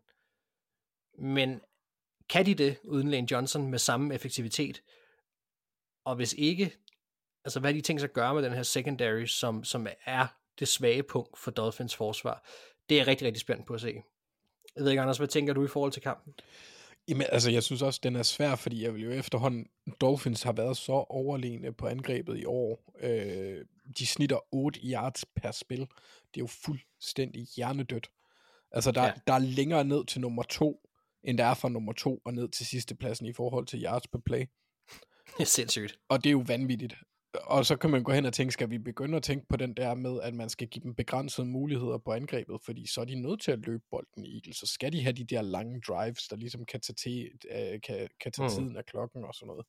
Men kan de det uden Lane Johnson med samme effektivitet? Og hvis ikke, altså hvad er de tænkt sig at gøre med den her secondary, som, som er det svage punkt for Dolphins forsvar? Det er jeg rigtig, rigtig spændt på at se. Jeg ved ikke, Anders, hvad tænker du i forhold til kampen? Jamen, altså, jeg synes også, den er svær, fordi jeg vil jo efterhånden, Dolphins har været så overlegne på angrebet i år. Øh, de snitter otte yards per spil. Det er jo fuldstændig hjernedødt. Altså, der, ja. der er længere ned til nummer to, end der er fra nummer to og ned til sidste pladsen i forhold til yards per play. Det er sindssygt. Og det er jo vanvittigt. og så kan man gå hen og tænke, skal vi begynde at tænke på den der med, at man skal give dem begrænsede muligheder på angrebet, fordi så er de nødt til at løbe bolden i Eagles, så skal de have de der lange drives, der ligesom kan tage, te, øh, kan, kan tage mm. tiden af klokken og sådan noget.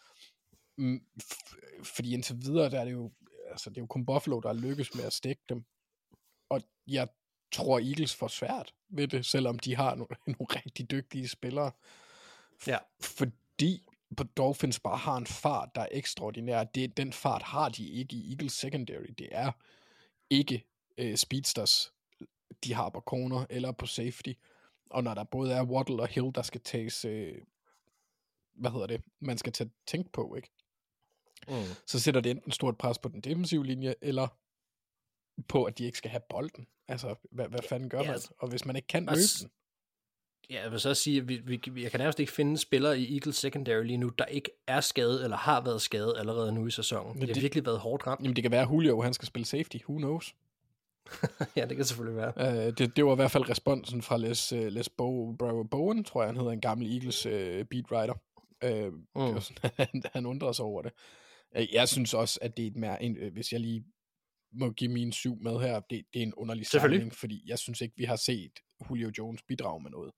Mm, f- fordi indtil videre, der er det jo, altså det er jo kun Buffalo, der er lykkes med at stikke dem, og jeg tror Eagles får svært ved det, selvom de har nogle, nogle rigtig dygtige spillere. Ja. Fordi på Dolphins bare har en fart, der er ekstraordinær. Det, den fart har de ikke i Eagles secondary. Det er ikke øh, speedsters, de har på corner eller på safety. Og når der både er Waddle og Hill, der skal tages, øh, hvad hedder det, man skal tage tænke på, ikke? Mm. Så sætter det enten stort pres på den defensive linje, eller på, at de ikke skal have bolden. Altså, hvad, hvad fanden gør ja, man? Og hvis man ikke kan løbe den. Ja, jeg vil så sige, at vi, vi, jeg kan nærmest ikke finde spillere i Eagles secondary lige nu, der ikke er skadet, eller har været skadet allerede nu i sæsonen. Det har det, virkelig været hårdt ramt. Jamen, det kan være, Julio, han skal spille safety. Who knows? Ja, det kan selvfølgelig være. Uh, det, det var i hvert fald responsen fra Les, uh, Les Bo, Bo, Bowen, tror jeg, han hedder, en gammel Eagles uh, beatwriter. Uh, mm. Det var sådan, han, han undrede sig over det. Uh, jeg synes også, at det er et mere, en, uh, hvis jeg lige må give min syv med her, det, det er en underlig samling, fordi jeg synes ikke, vi har set Julio Jones bidrage med noget.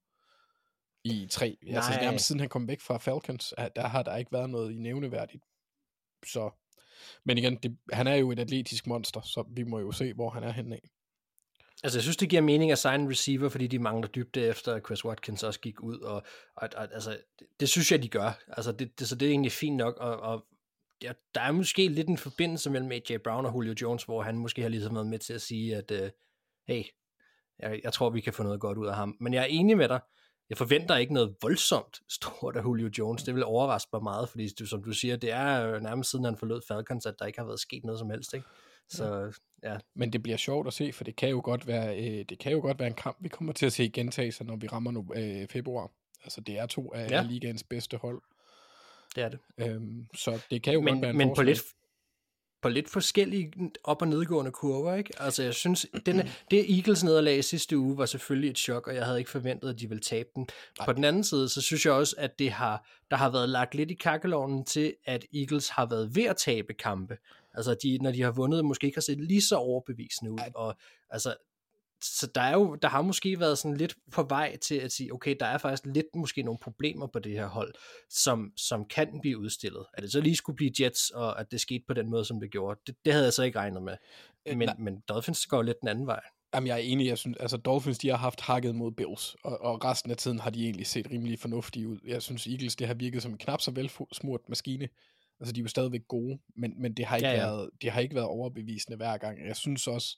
I tre. Nej. Altså nærmest siden han kom væk fra Falcons, der har der ikke været noget i nævneværdigt. Så, men igen, det, han er jo et atletisk monster, så vi må jo se, hvor han er henne af. Altså jeg synes, det giver mening at signe en receiver, fordi de mangler dybde efter, at Chris Watkins også gik ud, og, og, og altså, det, det synes jeg, de gør. Altså det, det, så det er egentlig fint nok, og, og ja, der er måske lidt en forbindelse mellem A J Brown og Julio Jones, hvor han måske har ligesom været med til at sige, at uh, hey, jeg, jeg tror, vi kan få noget godt ud af ham. Men jeg er enig med dig. Jeg forventer ikke noget voldsomt stort af Julio Jones. Det vil overraske mig meget, fordi du, som du siger, det er nærmest siden han forlod Falcons, at der ikke har været sket noget som helst, ikke? Så ja. Men det bliver sjovt at se, for det kan jo godt være, øh, det kan jo godt være en kamp, vi kommer til at se gentage sig, når vi rammer nu, øh, februar. Altså det er to af ja. ligaens bedste hold. Det er det. Øhm, så det kan jo men, godt være en men forskel. på lidt på lidt forskellige op- og nedgående kurver, ikke? Altså, jeg synes, denne, det Eagles nederlag i sidste uge var selvfølgelig et chok, og jeg havde ikke forventet, at de ville tabe den. Nej. På den anden side, så synes jeg også, at det har, der har været lagt lidt i kakkelovnen til, at Eagles har været ved at tabe kampe. Altså, de, når de har vundet, måske ikke har set lige så overbevisende ud. Ej. Og altså, så der er jo, der har måske været sådan lidt på vej til at sige, okay, der er faktisk lidt måske nogle problemer på det her hold, som, som kan blive udstillet. At det så lige skulle blive Jets, og at det skete på den måde, som det gjorde, det, det havde jeg så ikke regnet med. Men, øh, men Dolphins går lidt den anden vej. Jamen, jeg er enig, jeg synes, altså Dolphins, de har haft hakket mod Bills, og, og resten af tiden har de egentlig set rimelig fornuftige ud. Jeg synes, Eagles, det har virket som en knap så velsmurt maskine. Altså, de er jo stadigvæk gode, men, men det, har ikke ja, ja. Været, det har ikke været overbevisende hver gang. Jeg synes også,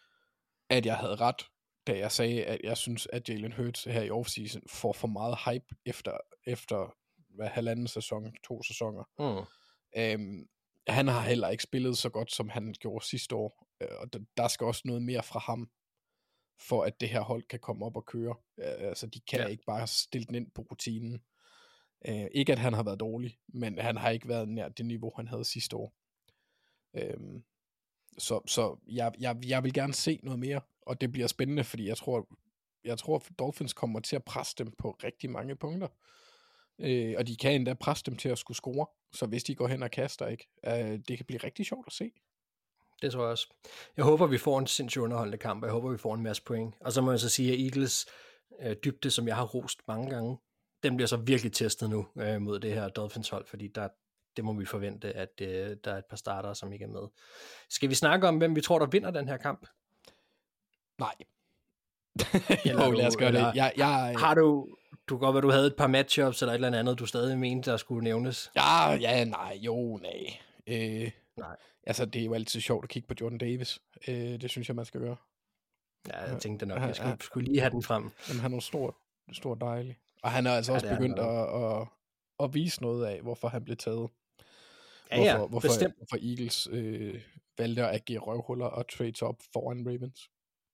at jeg havde ret, da jeg sagde, at jeg synes, at Jalen Hurts her i offseason får for meget hype efter, efter hvad, halvanden sæson, to sæsoner. Mm. Øhm, han har heller ikke spillet så godt, som han gjorde sidste år, og der skal også noget mere fra ham, for at det her hold kan komme op og køre. Altså, de kan ja. ikke bare stille den ind på rutinen. Øh, ikke at han har været dårlig, men han har ikke været nær det niveau, han havde sidste år. Øhm, Så, så jeg, jeg, jeg vil gerne se noget mere, og det bliver spændende, fordi jeg tror, jeg tror at Dolphins kommer til at presse dem på rigtig mange punkter. Øh, og de kan endda presse dem til at skulle score, så hvis de går hen og kaster, ikke, øh, det kan blive rigtig sjovt at se. Det tror jeg også. Jeg håber, vi får en sindssygt underholdende kamp, og jeg håber, vi får en masse point. Og så må jeg så sige, at Eagles øh, dybde, som jeg har rost mange gange, den bliver så virkelig testet nu øh, mod det her Dolphins hold, fordi der det må vi forvente, at øh, der er et par starter, som ikke er med. Skal vi snakke om, hvem vi tror, der vinder den her kamp? Nej. jo, lad os gøre det. Jeg, jeg, har du, du kan godt være, du havde et par matchups, eller et eller andet, du stadig mente, der skulle nævnes? Ja, ja, nej, jo, nej. Øh, nej. Altså, det er jo altid sjovt at kigge på Jordan Davis. Øh, det synes jeg, man skal gøre. Ja, jeg tænkte nok, jeg skulle, skulle lige have den frem. Jamen, han er stor, stor dejlig. Og han er altså ja, også begyndt at, at, at vise noget af, hvorfor han blev taget. Ja, ja, hvorfor, hvorfor, hvorfor Eagles øh, valgte at agere røvhuller og trade op foran Ravens.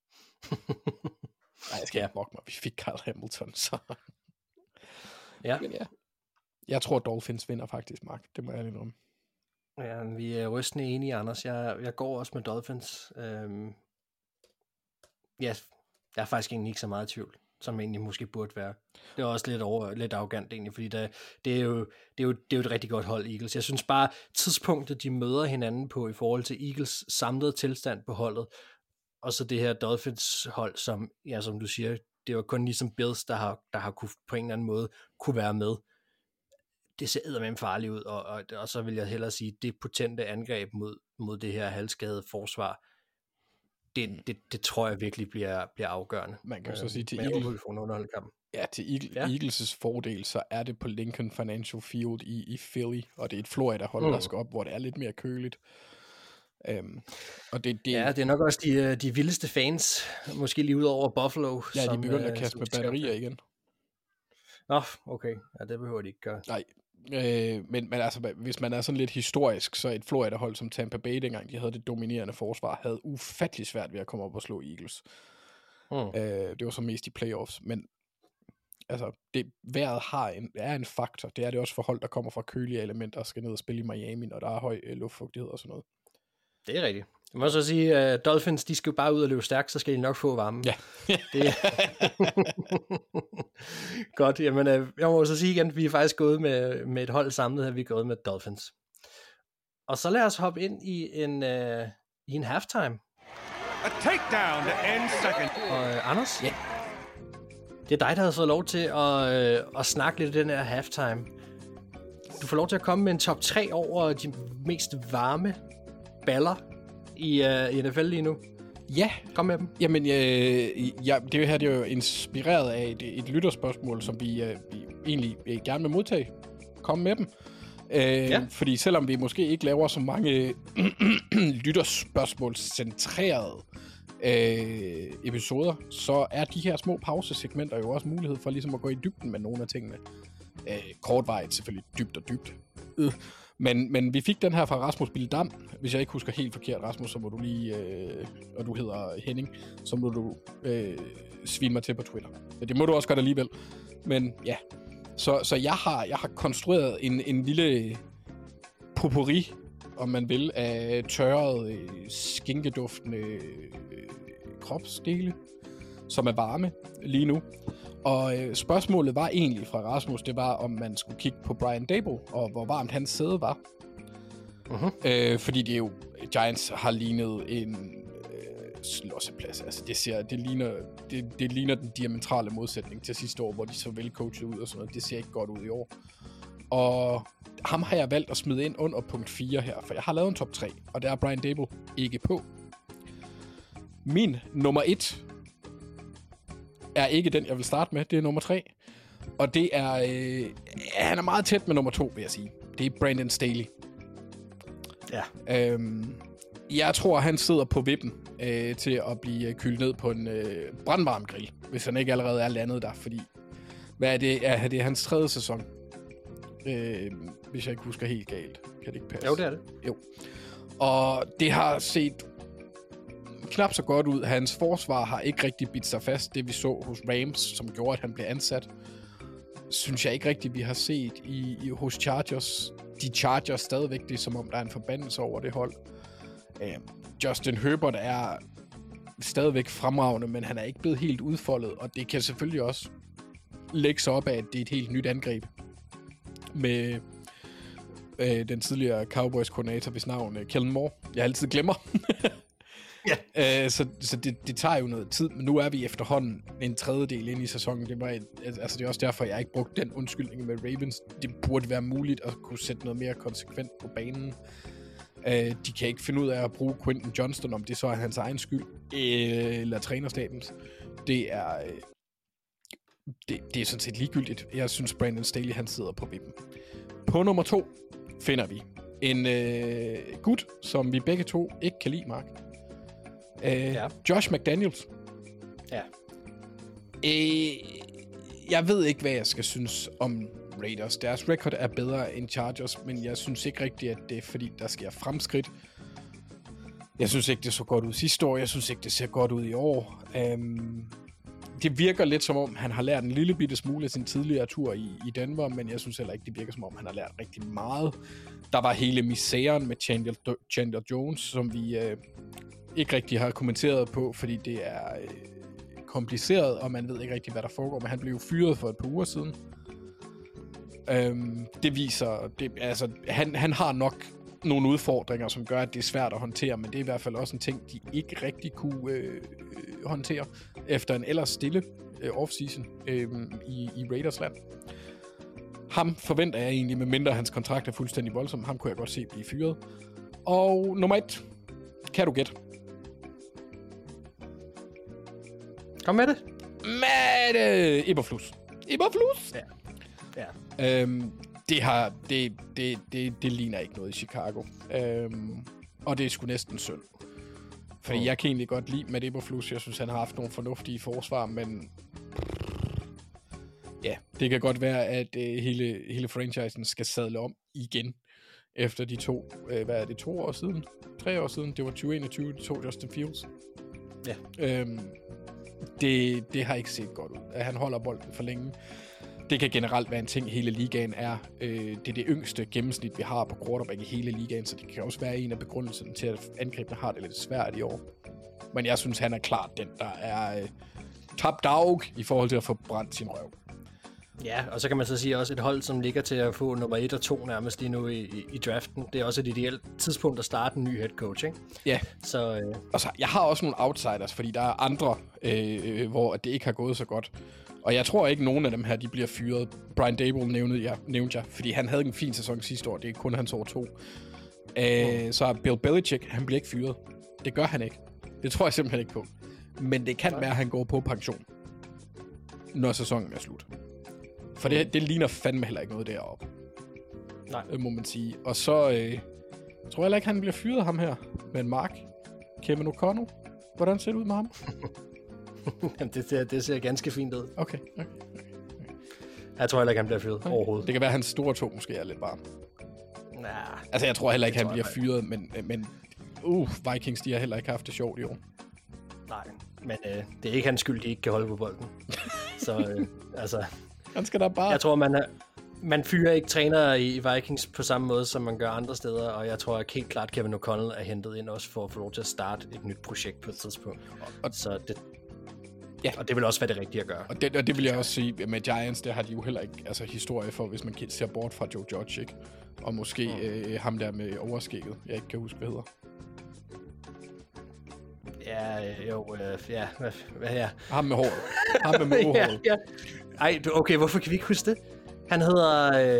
Nej, jeg skal ikke brokke mig. Vi fik Kyle Hamilton, så... ja. Men ja. Jeg tror, Dolphins vinder faktisk, Mark. Det må jeg lige om. Ja, vi er rystende enige, Anders. Jeg, jeg går også med Dolphins. Øhm... Ja, jeg er faktisk egentlig ikke så meget i tvivl. som egentlig måske burde være. Det er også lidt over, lidt arrogant egentlig, fordi der, det, er jo, det, er jo, det er jo et rigtig godt hold, Eagles. Jeg synes bare, tidspunktet, de møder hinanden på i forhold til Eagles samlede tilstand på holdet, og så det her Dolphins hold, som, ja, som du siger, det var kun ligesom Bills, der har, der har kunne, på en eller anden måde kunne være med. Det ser eddermame farligt ud, og, og, og så vil jeg hellere sige, det potente angreb mod, mod det her halvskadede forsvar, det, det, det tror jeg virkelig bliver, bliver afgørende. Man kan jo så sige til Eagles, Eagles, ja, til Eagle, ja. Eagles' fordel, så er det på Lincoln Financial Field i, i Philly, og det er et Florida-hold, mm. der skal op, hvor det er lidt mere køligt. Um, og det, det, ja, det er nok også de, de vildeste fans, måske lige ud over Buffalo. Ja, som, de begynder at kaste med batterier igen. Nå, okay. Ja, det behøver de ikke gøre. Nej, øh, men, men altså, hvis man er sådan lidt historisk, så et Florida-hold som Tampa Bay, dengang de havde det dominerende forsvar, havde ufattelig svært ved at komme op og slå Eagles. Mm. Øh, det var så mest i playoffs, men altså, det, vejret har en, er en faktor. Det er det også for hold, der kommer fra kølige elementer og skal ned og spille i Miami, når der er høj øh, luftfugtighed og sådan noget. Det er rigtigt. Jeg må så sige, at uh, Dolphins, de skal jo bare ud og løbe stærkt, så skal de nok få varme. Ja. det... Godt, jamen uh, jeg må så sige igen, at vi er faktisk gået med, med et hold samlet her, vi er gået med Dolphins. Og så lad os hoppe ind i en, uh, i en halftime. A takedown to end second. Og uh, Anders? Ja. Det er dig, der har fået lov til at, uh, at snakke lidt i den her halftime. Du får lov til at komme med en top tre over de mest varme baller i, uh, i N F L lige nu. Ja. Kom med dem. Jamen, øh, ja, det her det er jo inspireret af et, et lytterspørgsmål, som vi, øh, vi egentlig øh, gerne vil modtage. Kom med dem. Øh, ja. Fordi selvom vi måske ikke laver så mange lytterspørgsmål-centrerede øh, episoder, så er de her små pausesegmenter jo også mulighed for ligesom at gå i dybden med nogle af tingene. Øh, kortvarigt selvfølgelig, dybt og dybt. Øh. Men, men vi fik den her fra Rasmus Bildam. Hvis jeg ikke husker helt forkert, Rasmus, så må du lige, øh, og du hedder Henning, så må du øh, svine mig til på Twitter. Det må du også godt alligevel. Men ja, så, så jeg, har, jeg har konstrueret en, en lille potpourri, om man vil, af tørrede, skinkeduftende øh, kropsdele, som er varme lige nu. Og øh, spørgsmålet var egentlig fra Rasmus, det var, om man skulle kigge på Brian Daboll, og hvor varmt hans sæde var. Uh-huh. Øh, fordi det er jo, Giants har lignet en øh, slåsseplads. Altså det, ser, det, ligner, det, det ligner den diametrale modsætning til sidste år, hvor de så velcoachet ud og sådan noget. Det ser ikke godt ud i år. Og ham har jeg valgt at smide ind under punkt fire her, for jeg har lavet en top tre, og der er Brian Daboll ikke på. Min nummer et er ikke den, jeg vil starte med. Det er nummer tre. Og det er... Øh, han er meget tæt med nummer to, vil jeg sige. Det er Brandon Staley. Ja. Øhm, jeg tror, han sidder på vippen øh, til at blive kølet ned på en øh, brandvarm grill, hvis han ikke allerede er landet der, fordi... Hvad er det? Er det hans tredje sæson? Øh, hvis jeg ikke husker helt galt. Kan det ikke passe? Jo, det er det. Jo. Og det har set knap så godt ud. Hans forsvar har ikke rigtig bidt sig fast. Det vi så hos Rams, som gjorde, at han blev ansat, synes jeg ikke rigtig, vi har set i, i hos Chargers. De Chargers stadigvæk, det er som om, der er en forbandelse over det hold. Uh, Justin Herbert er stadigvæk fremragende, men han er ikke blevet helt udfoldet, og det kan selvfølgelig også lægge sig op af, at det er et helt nyt angreb med øh, den tidligere Cowboys-koordinator, hvis navn øh, Kellen Moore. Jeg altid glemmer. Ja. øh, så så det, det tager jo noget tid, men nu er vi efterhånden en tredjedel ind i sæsonen. Det var et, altså det er også derfor, jeg ikke brugte den undskyldning med Ravens. Det burde være muligt at kunne sætte noget mere konsekvent på banen. Øh, de kan ikke finde ud af at bruge Quentin Johnston, om det så er hans egen skyld, øh, eller trænerstabens. Det er... Øh, Det, det er sådan set ligegyldigt. Jeg synes, Brandon Staley, han sidder på vippen. På nummer to finder vi en øh, gut, som vi begge to ikke kan lide, Mark. Øh, ja. Josh McDaniels. Ja. Øh, jeg ved ikke, hvad jeg skal synes om Raiders. Deres record er bedre end Chargers, men jeg synes ikke rigtigt, at det er fordi, der sker fremskridt. Jeg synes ikke, det så godt ud sidste år. Jeg synes ikke, det ser godt ud i år. Um, det virker lidt som om, han har lært en lille bitte smule af sin tidligere tur i, i Denver, men jeg synes heller ikke, det virker som om, han har lært rigtig meget. Der var hele misæren med Chandler, Chandler Jones, som vi øh, ikke rigtig har kommenteret på, fordi det er øh, kompliceret, og man ved ikke rigtig, hvad der foregår, men han blev jo fyret for et par uger siden. Øhm, det viser, det, altså, han, han har nok nogle udfordringer, som gør, at det er svært at håndtere, men det er i hvert fald også en ting, de ikke rigtig kunne øh, håndtere efter en ellers stille øh, off-season øh, i, i Raiders land. Ham forventer jeg egentlig, med mindre hans kontrakt er fuldstændig voldsom. Ham kunne jeg godt se blive fyret. Og nummer et, kan du gætte? Kom med det. Med det! Eberflus. Eberflus! Ja. Ja. Øhm, det har, det, det, det, det ligner ikke noget i Chicago. Øhm, og det er sgu næsten synd. Fordi oh. jeg kan egentlig godt lide Matt Eberflus. Jeg synes, han har haft nogle fornuftige forsvar, men ja, det kan godt være, at øh, hele, hele franchisen skal sadle om igen efter de to, øh, hvad er det, to år siden? Tre år siden? Det var tyve enogtyve, de to Justin Fields. Ja. Øhm, det, det har ikke set godt ud. At han holder bolden for længe. Det kan generelt være en ting, hele ligaen er. Øh, det er det yngste gennemsnit, vi har på quarterback i hele ligaen, så det kan også være en af begrundelserne til, at angrebene har det lidt svært i år. Men jeg synes, han er klart den, der er øh, top dog i forhold til at få brændt sin røv. Ja, og så kan man så sige også et hold, som ligger til at få nummer et og to nærmest lige nu i, i, i draften. Det er også et ideelt tidspunkt at starte en ny head coach, ikke? Ja. Så, øh... og så, jeg har også nogle outsiders, fordi der er andre, øh, hvor det ikke har gået så godt. Og jeg tror ikke, nogen af dem her, de bliver fyret. Brian Daboll nævnte jeg, nævnte jeg, fordi han havde en fin sæson sidste år. Det er kun hans år to. Øh, mm. Så Bill Belichick, han bliver ikke fyret. Det gør han ikke. Det tror jeg simpelthen ikke på. Men det kan Nej. være, at han går på pension, når sæsonen er slut. For det, det ligner fandme heller ikke noget deroppe. Nej. Det må man sige. Og så øh, jeg tror jeg heller ikke, han bliver fyret ham her. Men Mark, Kevin O'Connell, hvordan ser det ud med ham? det, ser, det ser ganske fint ud. Okay, okay, okay. Jeg tror heller ikke, han bliver fyret okay. overhovedet. Det kan være, at hans store to måske er lidt varm. Nah, altså, jeg tror heller ikke, han bliver fyret, men, men uh, Vikings, de har heller ikke haft det sjovt i år. Nej, men øh, det er ikke hans skyld, de ikke kan holde på bolden. Så øh, altså... Han skal da bare... Jeg tror, man, er, man fyrer ikke trænere i Vikings på samme måde, som man gør andre steder, og jeg tror at helt klart, Kevin O'Connell er hentet ind også for at få lov til at starte et nyt projekt på et tidspunkt. Og, så det, ja. og det vil også være det rigtige at gøre. Og det, og det vil jeg også sige, med Giants, der har de jo heller ikke altså, historie for, hvis man ser bort fra Joe Judge, ikke? Og måske mm. øh, ham der med overskægget, jeg ikke kan huske, hvad hedder. Ja, jo, øh, ja, hvad, hvad her? Ham med håret. Ham med mohåret. ja, ja. Ej, okay, hvorfor kan vi ikke huske det? Han hedder... Øh...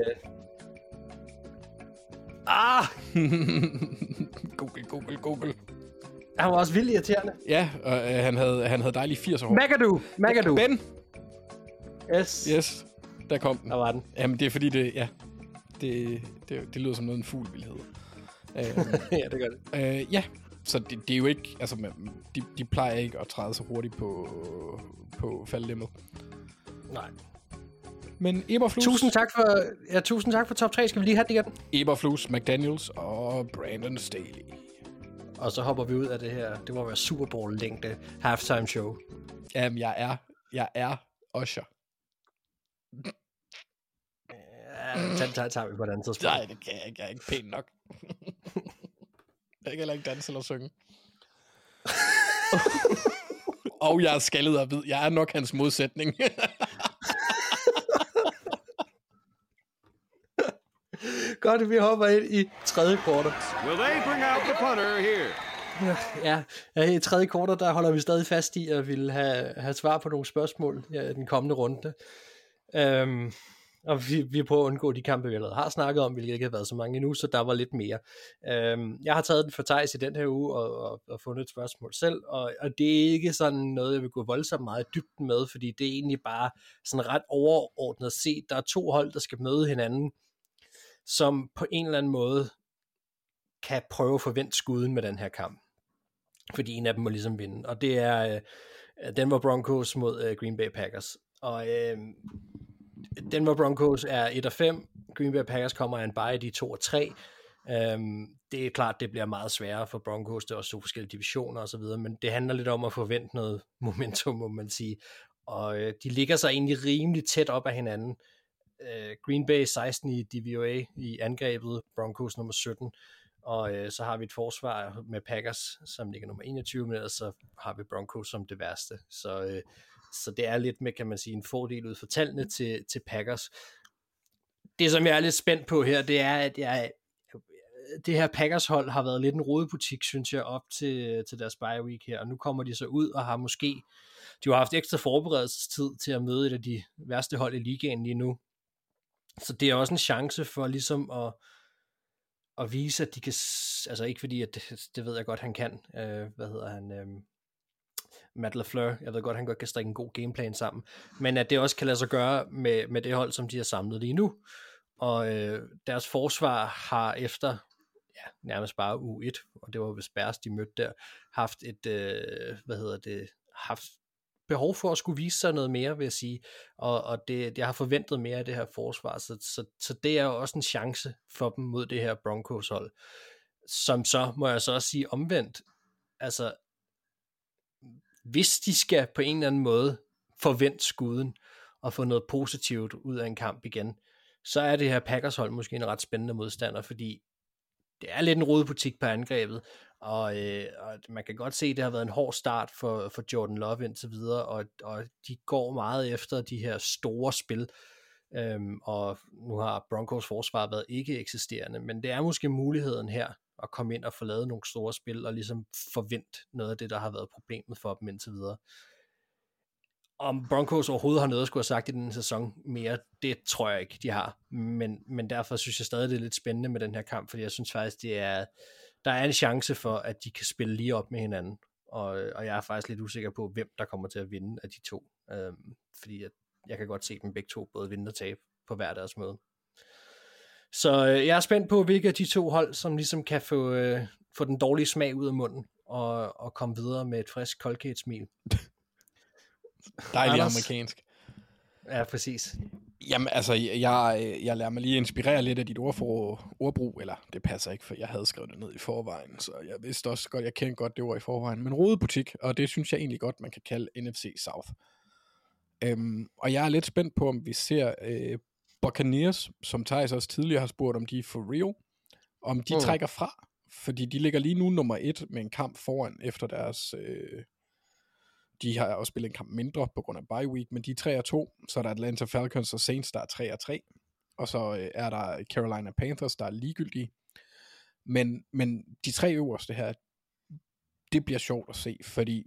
Ah! Google, Google, Google. Han var også vildt irriterende. Ja, og øh, han, havde, han havde dejlige firs'er hår. McAdoo! McAdoo! Ben! Yes. Yes, der kom den. Der var den. Jamen, det er fordi, det, ja, det, det, det lyder som noget, en fugl ville hedde. uh, ja, det gør det. Uh, ja, så det, det er jo ikke... Altså, de, de plejer ikke at træde så hurtigt på, på faldlemmet. Nej. Men Eberflus... Tusind tak for, ja, tusind tak for top tre. Skal vi lige have det igen? Eberflus, McDaniels og Brandon Staley. Og så hopper vi ud af det her. Det må være Super Bowl-længde halftime show. Jamen, jeg er... Jeg er Usher. Ja, tager, tager, tager vi på et andet tidspunkt. Nej, det kan jeg ikke. Jeg er ikke pæn nok. Jeg kan heller ikke danse eller synge. Og jeg er skaldet og hvid. Jeg er nok hans modsætning. Godt, vi hopper ind i tredje kvartal. Will they bring out the punter here? Ja, ja, i tredje kvartal, der holder vi stadig fast i at ville have, have svar på nogle spørgsmål ja, den kommende runde. Um, og vi, vi prøver at undgå de kampe, vi allerede har snakket om, hvilket ikke har været så mange endnu, så der var lidt mere. Um, jeg har taget den for Theis i den her uge og, og, og fundet et spørgsmål selv, og, og det er ikke sådan noget, jeg vil gå voldsomt meget i dybden med, fordi det er egentlig bare sådan ret overordnet set. Der er to hold, der skal møde hinanden, som på en eller anden måde kan prøve at forvente skuden med den her kamp. Fordi en af dem må ligesom vinde. Og det er øh, Denver Broncos mod øh, Green Bay Packers. Og øh, Denver Broncos er et og fem. Green Bay Packers kommer af en bye, de to og tre. Øh, det er klart, det bliver meget sværere for Broncos. Det er også to forskellige divisioner og så videre. Men det handler lidt om at forvente noget momentum, må man sige. Og øh, de ligger sig egentlig rimelig tæt op af hinanden. Uh, Green Bay seksten i D V O A i angrebet, Broncos nummer sytten, og øh, så har vi et forsvar med Packers, som ligger nummer enogtyve, men ellers så har vi Broncos som det værste. Så, øh, så det er lidt med, kan man sige, en fordel ud for tallene til, til Packers. Det, som jeg er lidt spændt på her, det er, at jeg, det her Packers-hold har været lidt en rodebutik, synes jeg, op til, til deres bye week her, og nu kommer de så ud og har måske, de har haft ekstra forberedelsestid til at møde et af de værste hold i ligaen lige nu. Så det er også en chance for ligesom at, at vise, at de kan, altså ikke fordi, at det, det ved jeg godt, han kan, øh, hvad hedder han, øh, Matt LaFleur, jeg ved godt, han godt kan strikke en god gameplan sammen, men at det også kan lade sig gøre med, med det hold, som de har samlet lige nu. Og øh, deres forsvar har efter ja, nærmest bare U et, og det var vist Bears, de mødte der, haft et, øh, hvad hedder det, haft behov for at skulle vise sig noget mere, vil jeg sige, og, og det, jeg har forventet mere af det her forsvar, så, så, så det er jo også en chance for dem mod det her Broncos hold, som så, må jeg så også sige omvendt, altså, hvis de skal på en eller anden måde forvente skuden, og få noget positivt ud af en kamp igen, så er det her Packers hold måske en ret spændende modstander, fordi det er lidt en rodebutik på angrebet, og, øh, og man kan godt se, at det har været en hård start for, for Jordan Love indtil videre, og, og de går meget efter de her store spil, øhm, og nu har Broncos forsvar været ikke eksisterende, men det er måske muligheden her, at komme ind og få lavet nogle store spil, og ligesom forvente noget af det, der har været problemet for dem indtil videre. Om Broncos overhovedet har noget at skulle have sagt i den sæson mere, det tror jeg ikke, de har. Men, men derfor synes jeg stadig, det er lidt spændende med den her kamp, fordi jeg synes faktisk, det er, der er en chance for, at de kan spille lige op med hinanden. Og, og jeg er faktisk lidt usikker på, hvem der kommer til at vinde af de to. Øhm, fordi jeg, jeg kan godt se dem begge to både vinde og tabe på hver deres måde. Så øh, jeg er spændt på, hvilke af de to hold, som ligesom kan få, øh, få den dårlige smag ud af munden, og, og komme videre med et frisk Colgate-smil. Dejligt amerikansk. Ja, præcis. Jamen, altså, jeg, jeg lader mig lige inspirere lidt af dit ord for, ordbrug, eller det passer ikke, for jeg havde skrevet det ned i forvejen, så jeg vidste også godt, jeg kendte godt det ord i forvejen, men rodebutik, og det synes jeg egentlig godt, man kan kalde N F C South. Øhm, og jeg er lidt spændt på, om vi ser øh, Buccaneers, som Thijs også tidligere har spurgt, om de er for real, om de mm. trækker fra, fordi de ligger lige nu nummer et med en kamp foran efter deres... Øh, De har også spillet en kamp mindre på grund af bye week, men de er tre og to, så er der Atlanta Falcons og Saints, der er tre og tre, og så øh, er der Carolina Panthers, der er ligegyldige. Men, men de tre øverste her, det bliver sjovt at se, fordi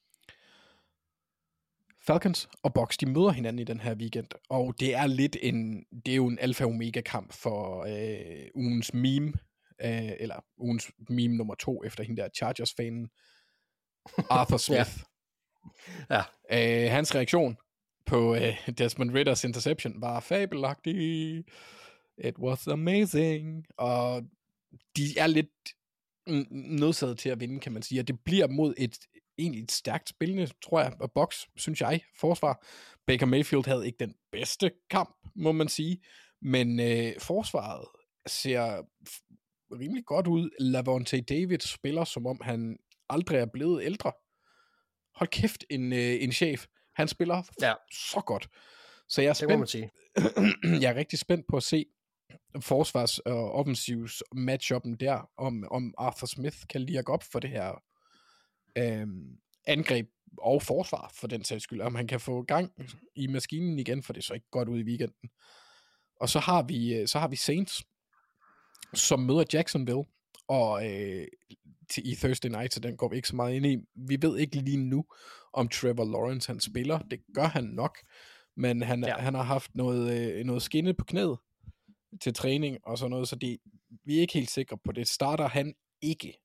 Falcons og Bucs, de møder hinanden i den her weekend, og det er lidt en, det er jo en alfa omega kamp for øh, ugens meme, øh, eller ugens meme nummer to efter hende der Chargers-fanen, Arthur Smith. Ja. Øh, hans reaktion på øh, Desmond Ritters interception var fabelagtig. It was amazing. Og de er lidt nødsaget til at vinde, kan man sige. Og det bliver mod et egentlig et stærkt spillende, tror jeg, og Bucs, synes jeg, forsvar. Baker Mayfield havde ikke den bedste kamp, må man sige. Men øh, forsvaret ser rimelig godt ud. Lavonte David spiller, som om han aldrig er blevet ældre. Hold kæft, en, øh, en chef. Han spiller ja. så godt. Så jeg er spændt. jeg er rigtig spændt på at se forsvars- og offensivs matchuppen der, om, om Arthur Smith kan lirke op for det her øh, angreb og forsvar, for den sags skyld. Om han kan få gang i maskinen igen, for det så ikke godt ud i weekenden. Og så har vi, så har vi Saints, som møder Jacksonville, og øh, til, i Thursday Night, så den går vi ikke så meget ind i. Vi ved ikke lige nu, om Trevor Lawrence han spiller. Det gør han nok, men han, ja. han har haft noget, øh, noget skinne på knæet til træning og sådan noget, så det, vi er ikke helt sikre på det. Starter han ikke,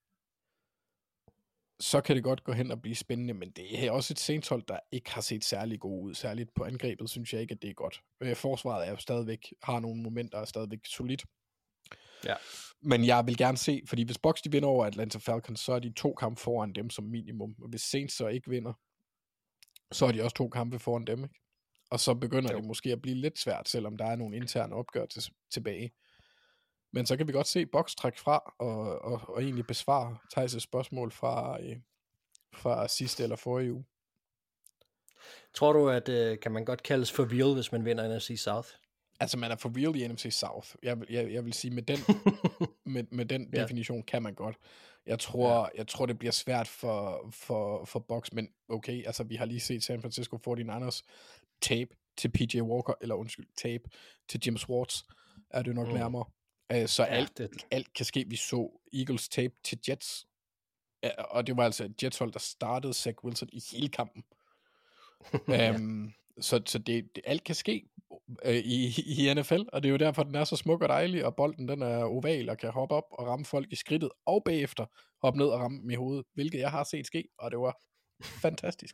så kan det godt gå hen og blive spændende, men det er også et Saints-hold, der ikke har set særlig god ud. Særligt på angrebet, synes jeg ikke, at det er godt. Forsvaret er jo stadigvæk, har nogle momenter, er stadigvæk solidt. Ja. Men jeg vil gerne se, fordi hvis Bucs de vinder over Atlanta Falcons, så er de to kampe foran dem som minimum. Og hvis Saints så ikke vinder, så er de også to kampe foran dem, ikke? Og så begynder jo. det måske at blive lidt svært, selvom der er nogle interne opgør til, tilbage. Men så kan vi godt se Bucs trække fra, og, og, og egentlig besvare Thijs' spørgsmål fra, øh, fra sidste eller forrige uge. Tror du, at øh, kan man godt kaldes for real, hvis man vinder N F C South? Altså, man er for real i N F C South. Jeg, jeg, jeg vil sige, med den, med, med den Ja. definition kan man godt. Jeg tror, ja. jeg tror det bliver svært for, for, for Bucks, men okay, altså, vi har lige set San Francisco forty-niners tape til P J Walker, eller undskyld, tape til Jim Schwartz, er det nok mm. nærmere. Uh, så ja, alt, det... alt kan ske. Vi så Eagles tape til Jets, uh, og det var altså et Jets-hold, der startede Zach Wilson i hele kampen. ja. um, så så det, det, alt kan ske uh, i, i N F L, og det er jo derfor, den er så smuk og dejlig, og bolden den er oval og kan hoppe op og ramme folk i skridtet, og bagefter hoppe ned og ramme dem i hovedet, hvilket jeg har set ske, og det var fantastisk.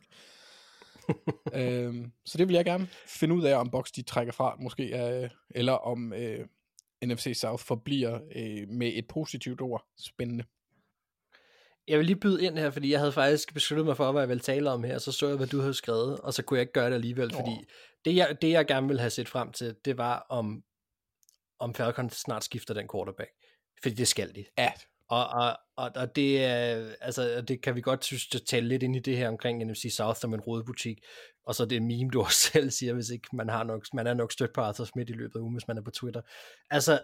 øhm, så det vil jeg gerne finde ud af, om Bucks de trækker fra, måske, øh, eller om øh, N F C South forbliver øh, med et positivt ord. Spændende. Jeg vil lige byde ind her, fordi jeg havde faktisk besluttet mig for, hvad jeg ville tale om her, så så jeg, hvad du havde skrevet, og så kunne jeg ikke gøre det alligevel, fordi oh. det, jeg, det jeg gerne ville have set frem til, det var, om, om Falcons snart skifter den quarterback. Fordi det skal de. Ja. Og, og, og, og det, altså, det kan vi godt synes, tale lidt ind i det her omkring N F C South som en rodebutik, og så det meme, du også selv siger, hvis ikke man har nok, man er nok stødt på Arthur Smith i løbet af ugen, hvis man er på Twitter. Altså,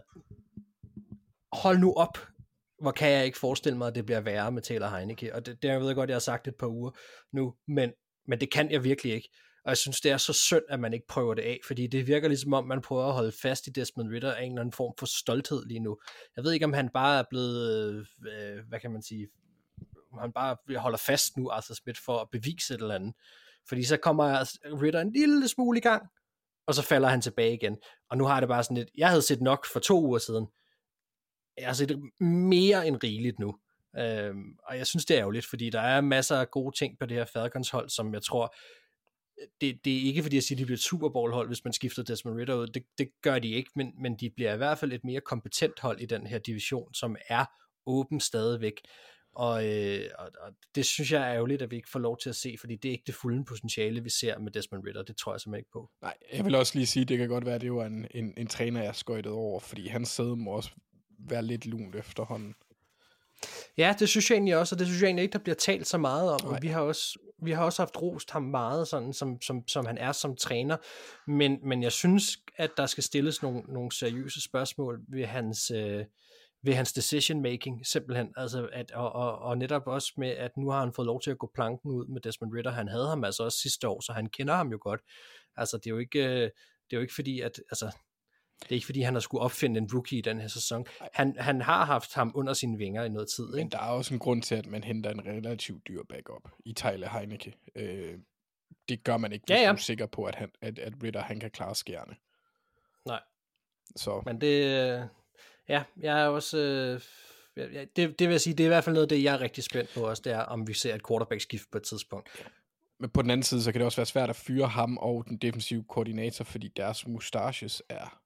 hold nu op, hvor kan jeg ikke forestille mig, at det bliver værre med Taylor Heineke, og det, det jeg ved godt, jeg har sagt et par uger nu, men, men det kan jeg virkelig ikke. Og jeg synes, det er så synd, at man ikke prøver det af, fordi det virker ligesom om, man prøver at holde fast i Desmond Ridder af en eller anden form for stolthed lige nu. Jeg ved ikke, om han bare er blevet, øh, hvad kan man sige, om han bare holder fast nu, Arthur Smith, for at bevise et eller andet. Fordi så kommer Ridder en lille smule i gang, og så falder han tilbage igen. Og nu har det bare sådan lidt, jeg havde set nok for to uger siden. Jeg har set mere end rigeligt nu. Øhm, og jeg synes, det er ærgerligt, fordi der er masser af gode ting på det her Falcons hold, som jeg tror, Det, det er ikke fordi jeg siger, at de bliver et Super Bowl hold, hvis man skifter Desmond Ridder ud. Det, det gør de ikke, men, men de bliver i hvert fald et mere kompetent hold i den her division, som er åben stadigvæk. Og, øh, og, og det synes jeg er ærgerligt, at vi ikke får lov til at se, fordi det er ikke det fulde potentiale, vi ser med Desmond Ridder. Det tror jeg simpelthen ikke på. Nej, jeg vil også lige sige, at det kan godt være, at det var en, en, en træner, jeg skøjtede over, fordi hans sæde må også være lidt lunt efterhånden. Ja, det synes jeg egentlig også, og det synes jeg egentlig ikke, der bliver talt så meget om. Og vi har også, vi har også haft rost ham meget, sådan, som, som, som han er som træner. Men, men jeg synes, at der skal stilles nogle, nogle seriøse spørgsmål ved hans, øh, ved hans decision making, simpelthen. Altså at, og, og, og netop også med, at nu har han fået lov til at gå planken ud med Desmond Ridder. Han havde ham altså også sidste år, så han kender ham jo godt. Altså det er jo ikke, det er jo ikke fordi, at... Altså, det er ikke fordi, han har skulle opfinde en rookie i den her sæson. Han, han har haft ham under sine vinger i noget tid. Ikke? Men der er også en grund til, at man henter en relativt dyr backup i Taylor Heineke. Øh, det gør man ikke, hvis ja, ja. du er sikker på, at, han, at, at Ridder han kan klare skærene. Nej. Så. Men det... Ja, jeg er også... Øh, det, det vil jeg sige, det er i hvert fald noget af det, jeg er rigtig spændt på også, det er, om vi ser et quarterback-skift på et tidspunkt. Ja. Men på den anden side, så kan det også være svært at fyre ham og den defensive koordinator, fordi deres mustaches er...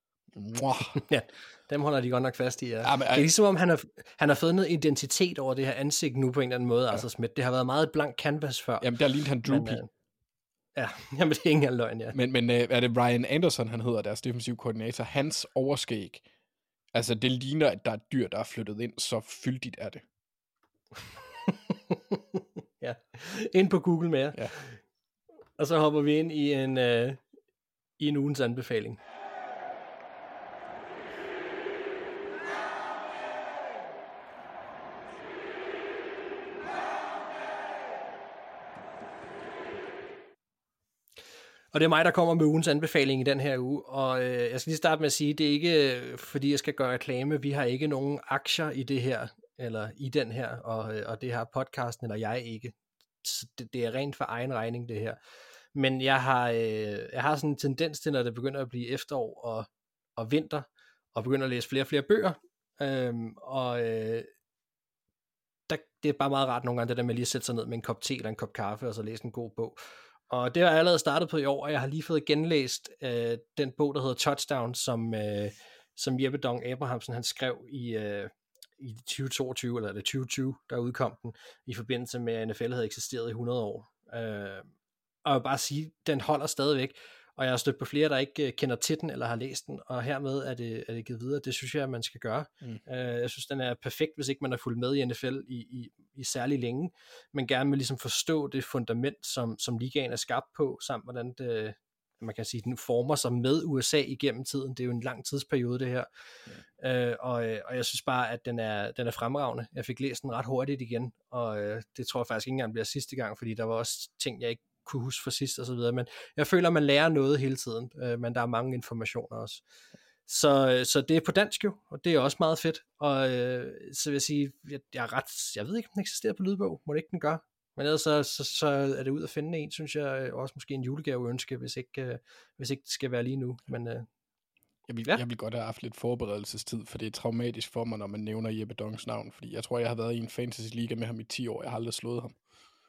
ja, dem holder de godt nok fast i. Ja. Ja, men, det er ligesom om, han har, han har fået noget identitet over det her ansigt nu på en eller anden måde, ja. Altså Smith. Det har været meget blank canvas før. Jamen, der lignede han droopy. Men, øh, ja, jamen, det er ikke engang løgn, ja. Men, men øh, er det Ryan Anderson, han hedder, deres defensive koordinator? Hans overskæg, altså det ligner, at der er et dyr, der er flyttet ind, så fyldigt er det. ja, ind på Google med jer. Ja. Og så hopper vi ind i en, øh, i en ugens anbefaling. Og det er mig, der kommer med ugens anbefaling i den her uge, og øh, jeg skal lige starte med at sige, det er ikke, fordi jeg skal gøre reklame, vi har ikke nogen aktier i det her, eller i den her, og, og det her podcasten, eller jeg ikke. Det, det er rent for egen regning, det her. Men jeg har, øh, jeg har sådan en tendens til, når det begynder at blive efterår og, og vinter, og begynder at læse flere og flere bøger, øhm, og øh, der, det er bare meget rart nogle gange, det der med lige at sætte sig ned med en kop te eller en kop kaffe, og så læse en god bog. Og det har jeg allerede startet på i år, og jeg har lige fået genlæst øh, den bog, der hedder Touchdown, som, øh, som Jeppe Dong Abrahamsen han skrev i, øh, i tyve toogtyve, eller det tyve tyve, der udkom den, i forbindelse med, at N F L havde eksisteret i hundrede år. Øh, og jeg vil bare sige, den holder stadigvæk, og jeg har stødt på flere, der ikke kender til den, eller har læst den, og hermed er det, er det givet videre. Det synes jeg, at man skal gøre. Mm. Øh, jeg synes, den er perfekt, hvis ikke man har fulgt med i N F L i, i, i særlig længe, men gerne vil ligesom forstå det fundament, som, som ligaen er skabt på, samt hvordan det, man kan sige, den former sig med U S A igennem tiden. Det er jo en lang tidsperiode, det her. Ja. Øh, og, og jeg synes bare, at den er, den er fremragende. Jeg fik læst den ret hurtigt igen, og øh, det tror jeg faktisk ikke engang bliver sidste gang, fordi der var også ting, jeg ikke kunne huske fra sidst og så videre. Men jeg føler, at man lærer noget hele tiden, øh, men der er mange informationer også. Så, så det er på dansk jo, og det er også meget fedt. Og øh, så vil jeg sige, jeg, jeg er ret, jeg ved ikke, om den eksisterer på lydbog. Må det ikke den gør? Men ellers så, så, så er det ud at finde en, synes jeg, også måske en julegave ønske, hvis ikke, øh, hvis ikke det skal være lige nu. Men, øh, jeg, vil, ja. jeg vil godt have haft lidt forberedelsestid, for det er traumatisk for mig, når man nævner Jeppe Dongs navn, fordi jeg tror, jeg har været i en fantasy-liga med ham i ti år, jeg har aldrig slået ham.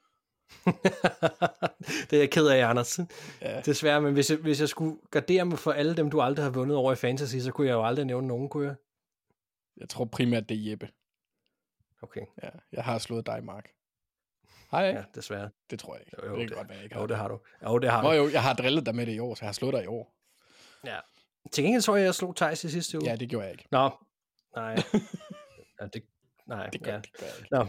Det er jeg ked af, Anders. Ja. Desværre, men hvis jeg, hvis jeg skulle gardere mig for alle dem, du aldrig har vundet over i fantasy, så kunne jeg jo aldrig nævne nogen, kunne jeg? Jeg tror primært, det er Jeppe. Okay. Ja, jeg har slået dig, Mark. Hej. Ja, desværre. Det tror jeg ikke. Jo, jo, det kan det, godt være, jeg ikke jo, har. det har du. Jo, det har Nå, du. jo, jeg har drillet dig med det i år, så jeg har slået dig i år. Ja. Til gengæld så jeg, jeg slog Theis i sidste uge. Ja, det gjorde jeg ikke. Nå, nej. ja, det, nej, det, gør, ja. det gør jeg ikke. Nå.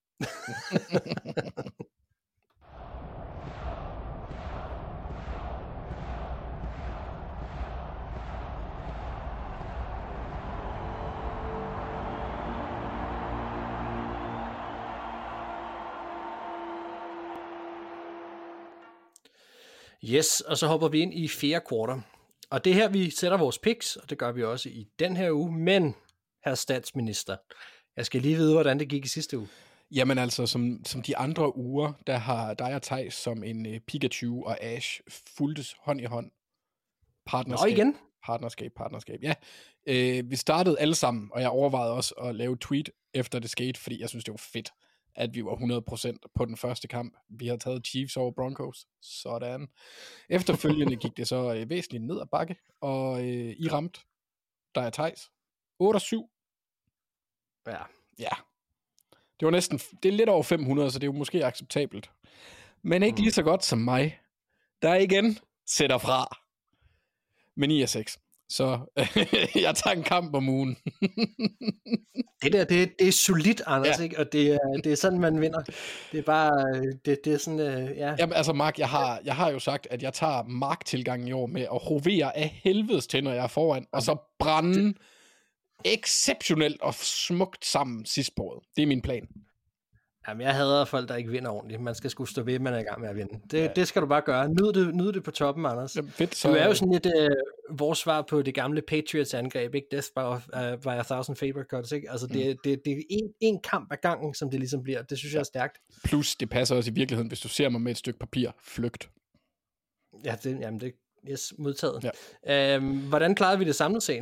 Yes, og så hopper vi ind i fjerde kvartal. Og det her, vi sætter vores picks, og det gør vi også i den her uge, men herr statsminister, jeg skal lige vide, hvordan det gik i sidste uge. Jamen altså, som, som de andre uger, der har dig og Theis som en uh, Pikachu og Ash fulgtes hånd i hånd. Partnerskab. Nå, igen? Partnerskab, partnerskab, ja. Uh, vi startede alle sammen, og jeg overvejede også at lave et tweet efter det skete, fordi jeg synes, det var fedt, at vi var hundrede procent på den første kamp. Vi har taget Chiefs over Broncos. Sådan. Efterfølgende gik det så øh, væsentligt ned ad bakke, og øh, I ramte, der er Theis, otte og syv. Ja. Ja. Det var næsten, det er lidt over fem hundrede, så det er jo måske acceptabelt. Men ikke mm. lige så godt som mig, der igen sætter fra med ni og seks. Så jeg tager en kamp om ugen. Det der, det, det er solidt, Anders, ja. Ikke? Og det er, det er sådan, man vinder. Det er bare, det, det er sådan, uh, ja. Jamen altså, Mark, jeg har, jeg har jo sagt, at jeg tager marktilgangen i år med at hovere af helvedes til, når jeg er foran, og så brænde det exceptionelt og smukt sammen sidst på året. Det er min plan. Jamen, jeg hader folk, der ikke vinder ordentligt. Man skal sgu stå ved, man er i gang med at vinde. Det, ja. det skal du bare gøre. Nyd det, nyd det på toppen, Anders. Jamen, fedt, så... Du er jo sådan lidt uh, vores svar på det gamle Patriots-angreb, ikke? Death by, uh, by a thousand favorite cuts, ikke? Altså, det, mm. det, det er en, en kamp ad gangen, som det ligesom bliver. Det synes jeg er stærkt. Plus, det passer også i virkeligheden, hvis du ser mig med et stykke papir. Flygt. Ja, det, jamen det er yes, modtaget. Ja. Øhm, hvordan klarede vi det samlet set?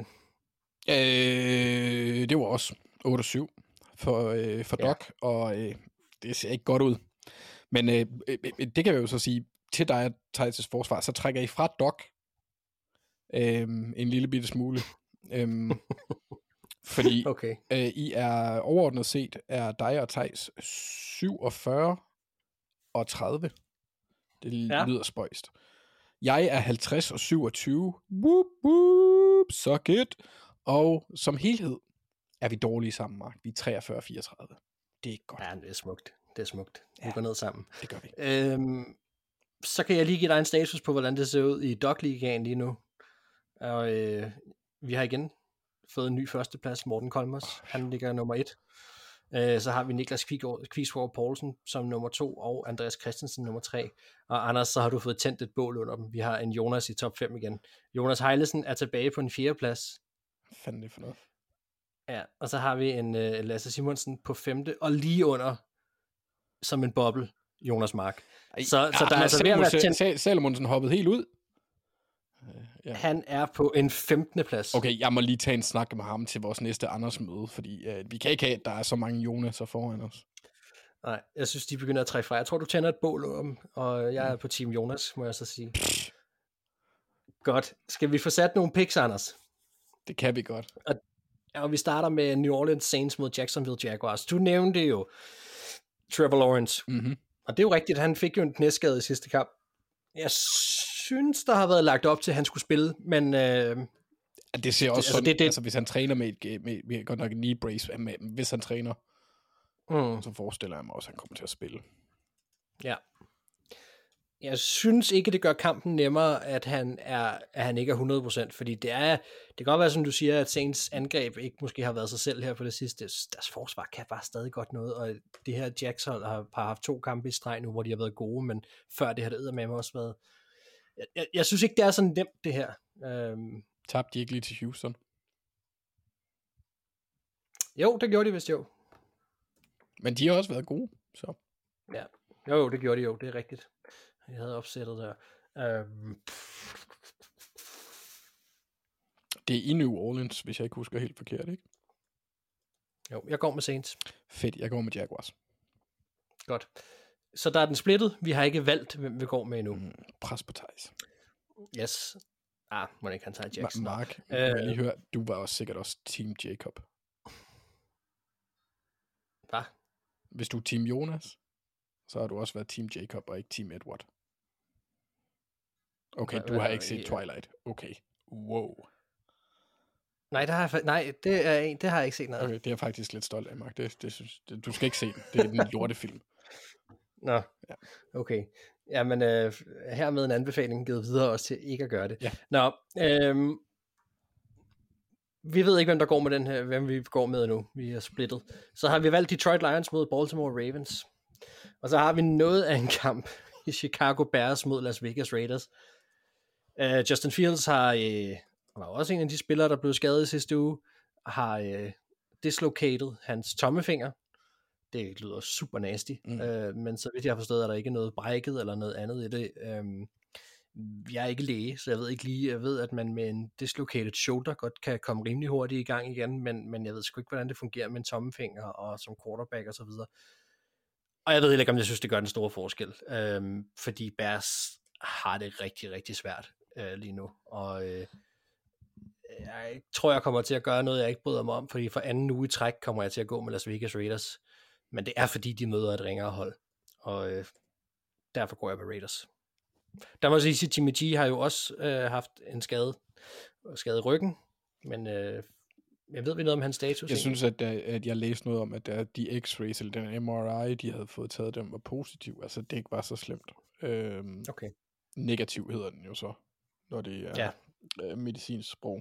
Øh, det var også otte og syv for, øh, for ja. Doc, og øh, det ser ikke godt ud. Men øh, øh, det kan jeg jo så sige, til dig, Theis' forsvar, så trækker I fra Doc øh, en lille bitte smule. øh, fordi okay. øh, I er overordnet set, er dig og Theis syvogfyrre og tredive. Det ja. lyder spøjst. Jeg er halvtreds og syvogtyve. Whoop, whoop, suck it. Og som helhed er vi dårlige sammen, Mark. Vi er treogfyrre og fireogtredive. Det er ikke godt. Ja, det er smukt. Det er smukt. Vi ja, går ned sammen. Det gør vi. Øhm, så kan jeg lige give dig en status på, hvordan det ser ud i Doc-ligaen lige nu. Og øh, vi har igen fået en ny førsteplads. Morten Kolmers. Han ligger nummer et. Øh, så har vi Niklas Kvigsgaard Poulsen som nummer to, og Andreas Christensen nummer tre. Og Anders, så har du fået tændt et bål under dem. Vi har en Jonas i top fem igen. Jonas Heilesen er tilbage på en fjerde plads. Hvad fanden er det for noget? Ja, og så har vi en uh, Lasse Simonsen på femte, og lige under, som en boble, Jonas Mark. Ej, så, ja, så der er altså ved at være tændt. Sal- Salomonsen hoppet helt ud. Ja. Han er på en femtende plads. Okay, jeg må lige tage en snak med ham til vores næste Anders møde, fordi uh, vi kan ikke have, at der er så mange Jonas foran os. Nej, jeg synes, de begynder at trække fra. Jeg tror, du tænder et bål om, og jeg er på Team Jonas, må jeg så sige. Godt. Skal vi få sat nogle picks, Anders? Det kan vi godt. Og, og vi starter med New Orleans Saints mod Jacksonville Jaguars. Du nævnte jo Trevor Lawrence. Mm-hmm. Og det er jo rigtigt, han fik jo en knæskade i sidste kamp. Jeg synes, der har været lagt op til, at han skulle spille, men... Øh, det ser også det, sådan, altså, det, det, altså hvis han træner med et, med, med godt nok en knee brace, med, hvis han træner, mm. så forestiller jeg mig også, at han kommer til at spille. Ja. jeg synes ikke, det gør kampen nemmere, at han, er, at han ikke er hundrede procent, fordi det er, det kan godt være, som du siger, at Saints angreb ikke måske har været sig selv her på det sidste. Deres forsvar kan bare stadig godt noget, og det her Jackson har, har haft to kampe i streg nu, hvor de har været gode, men før det har det eddermame også været. Jeg, jeg, jeg synes ikke, det er sådan nemt, det her. Øhm, Tabte de ikke lige til Houston? Jo, det gjorde de vist jo. Men de har også været gode, så. Ja, jo, det gjorde de jo, det er rigtigt. Jeg havde opsættet der. Øhm, Det er i New Orleans, hvis jeg ikke husker helt forkert, ikke? jo, jeg går med Saints. Fedt, jeg går med Jaguars. Godt. Så der er den splittet. Vi har ikke valgt, hvem vi går med endnu. Mm, pres på Thijs. Yes. Ah, må ikke han tage Jackson. Ma- Mark, Øh, øh, jeg lige høre, du var også sikkert også Team Jacob. Hvad? Hvis du er Team Jonas, så har du også været Team Jacob og ikke Team Edward. Okay, Hvad- du har hvad- ikke set ja. Twilight. Okay. Wow. Nej, det har jeg, fa- nej, det er en, det har jeg ikke set noget. Okay, det er jeg faktisk lidt stolt af, Mark. Det, det synes, det, du skal ikke se den. Det er en lortefilm. Nå, okay. Jamen, øh, hermed en anbefaling givet videre også til ikke at gøre det. Ja. Nå, øhm, vi ved ikke, hvem der går med den her, hvem vi går med nu. Vi er splittet. Så har vi valgt Detroit Lions mod Baltimore Ravens. Og så har vi noget af en kamp i Chicago Bears mod Las Vegas Raiders. Uh, Justin Fields har, øh, var også en af de spillere, der blev skadet i sidste uge, har øh, dislocated hans tommefinger. Det lyder super nasty, mm. øh, men så vidt jeg har forstået, er der ikke noget brækket eller noget andet i det. Øhm, jeg er ikke læge, så jeg ved ikke lige, jeg ved, at man med en dislocated shoulder godt kan komme rimelig hurtigt i gang igen, men, men jeg ved sgu ikke, hvordan det fungerer med en tommefinger og som quarterback og så videre. Og jeg ved heller ikke, om jeg synes, det gør den store forskel, øhm, fordi Bears har det rigtig, rigtig svært øh, lige nu, og øh, jeg tror, jeg kommer til at gøre noget, jeg ikke bryder mig om, fordi for anden uge i træk kommer jeg til at gå med Las Vegas Raiders. Men det er fordi, de møder et ringere hold. Og øh, derfor går jeg med Raiders. Der må jeg sige, at Jimmy G har jo også øh, haft en skade, skade i ryggen. Men øh, jeg ved vi noget om hans status. Jeg egentlig? synes, at, at jeg læste noget om, at der, de x-rays, eller den M R I, de havde fået taget, dem var positiv. Altså, det ikke var så slemt. Øhm, Okay. Negativ hedder den jo så, når det er Ja. øh, medicinsk sprog.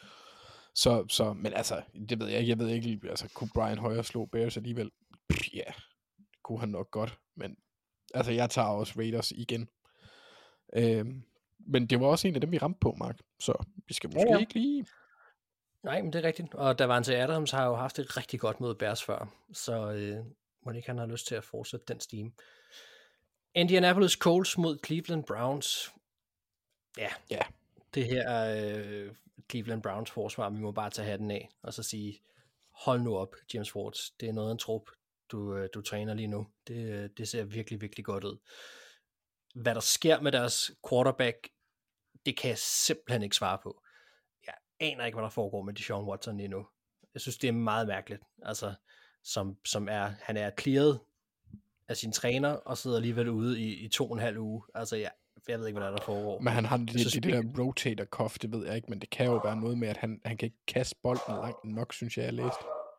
Så, så, men altså, det ved jeg ikke. Jeg ved ikke, altså, kunne Brian Hoyer slå Bears alligevel? Pff, ja, det kunne han nok godt. Men altså, jeg tager også Raiders igen. Øhm, men det var også en af dem, vi ramte på, Mark. Så vi skal måske Ja, ja. ikke lige... Nej, men det er rigtigt. Og Davante Adams har jo haft det rigtig godt mod Bears før. Så øh, må ikke han har lyst til at fortsætte den steam. Indianapolis Colts mod Cleveland Browns. Ja, Ja, det her er øh, Cleveland Browns forsvar, vi må bare tage hatten af, og så sige, hold nu op, James Ward, det er noget af en trup, du, øh, du træner lige nu. Det, øh, det ser virkelig, virkelig godt ud. Hvad der sker med deres quarterback, det kan jeg simpelthen ikke svare på. Jeg aner ikke, hvad der foregår med Deshaun Watson lige nu. Jeg synes, det er meget mærkeligt. Altså, som, som er, han er clearet af sin træner, og sidder alligevel ude i, i to og en halv uge. Altså, jeg, jeg ved ikke, hvad der, er, der foregår. men han har det, synes, det, det der rotator cuff, det ved jeg ikke, men det kan jo være noget med, at han, han kan ikke kaste bolden langt nok, synes jeg, jeg læst.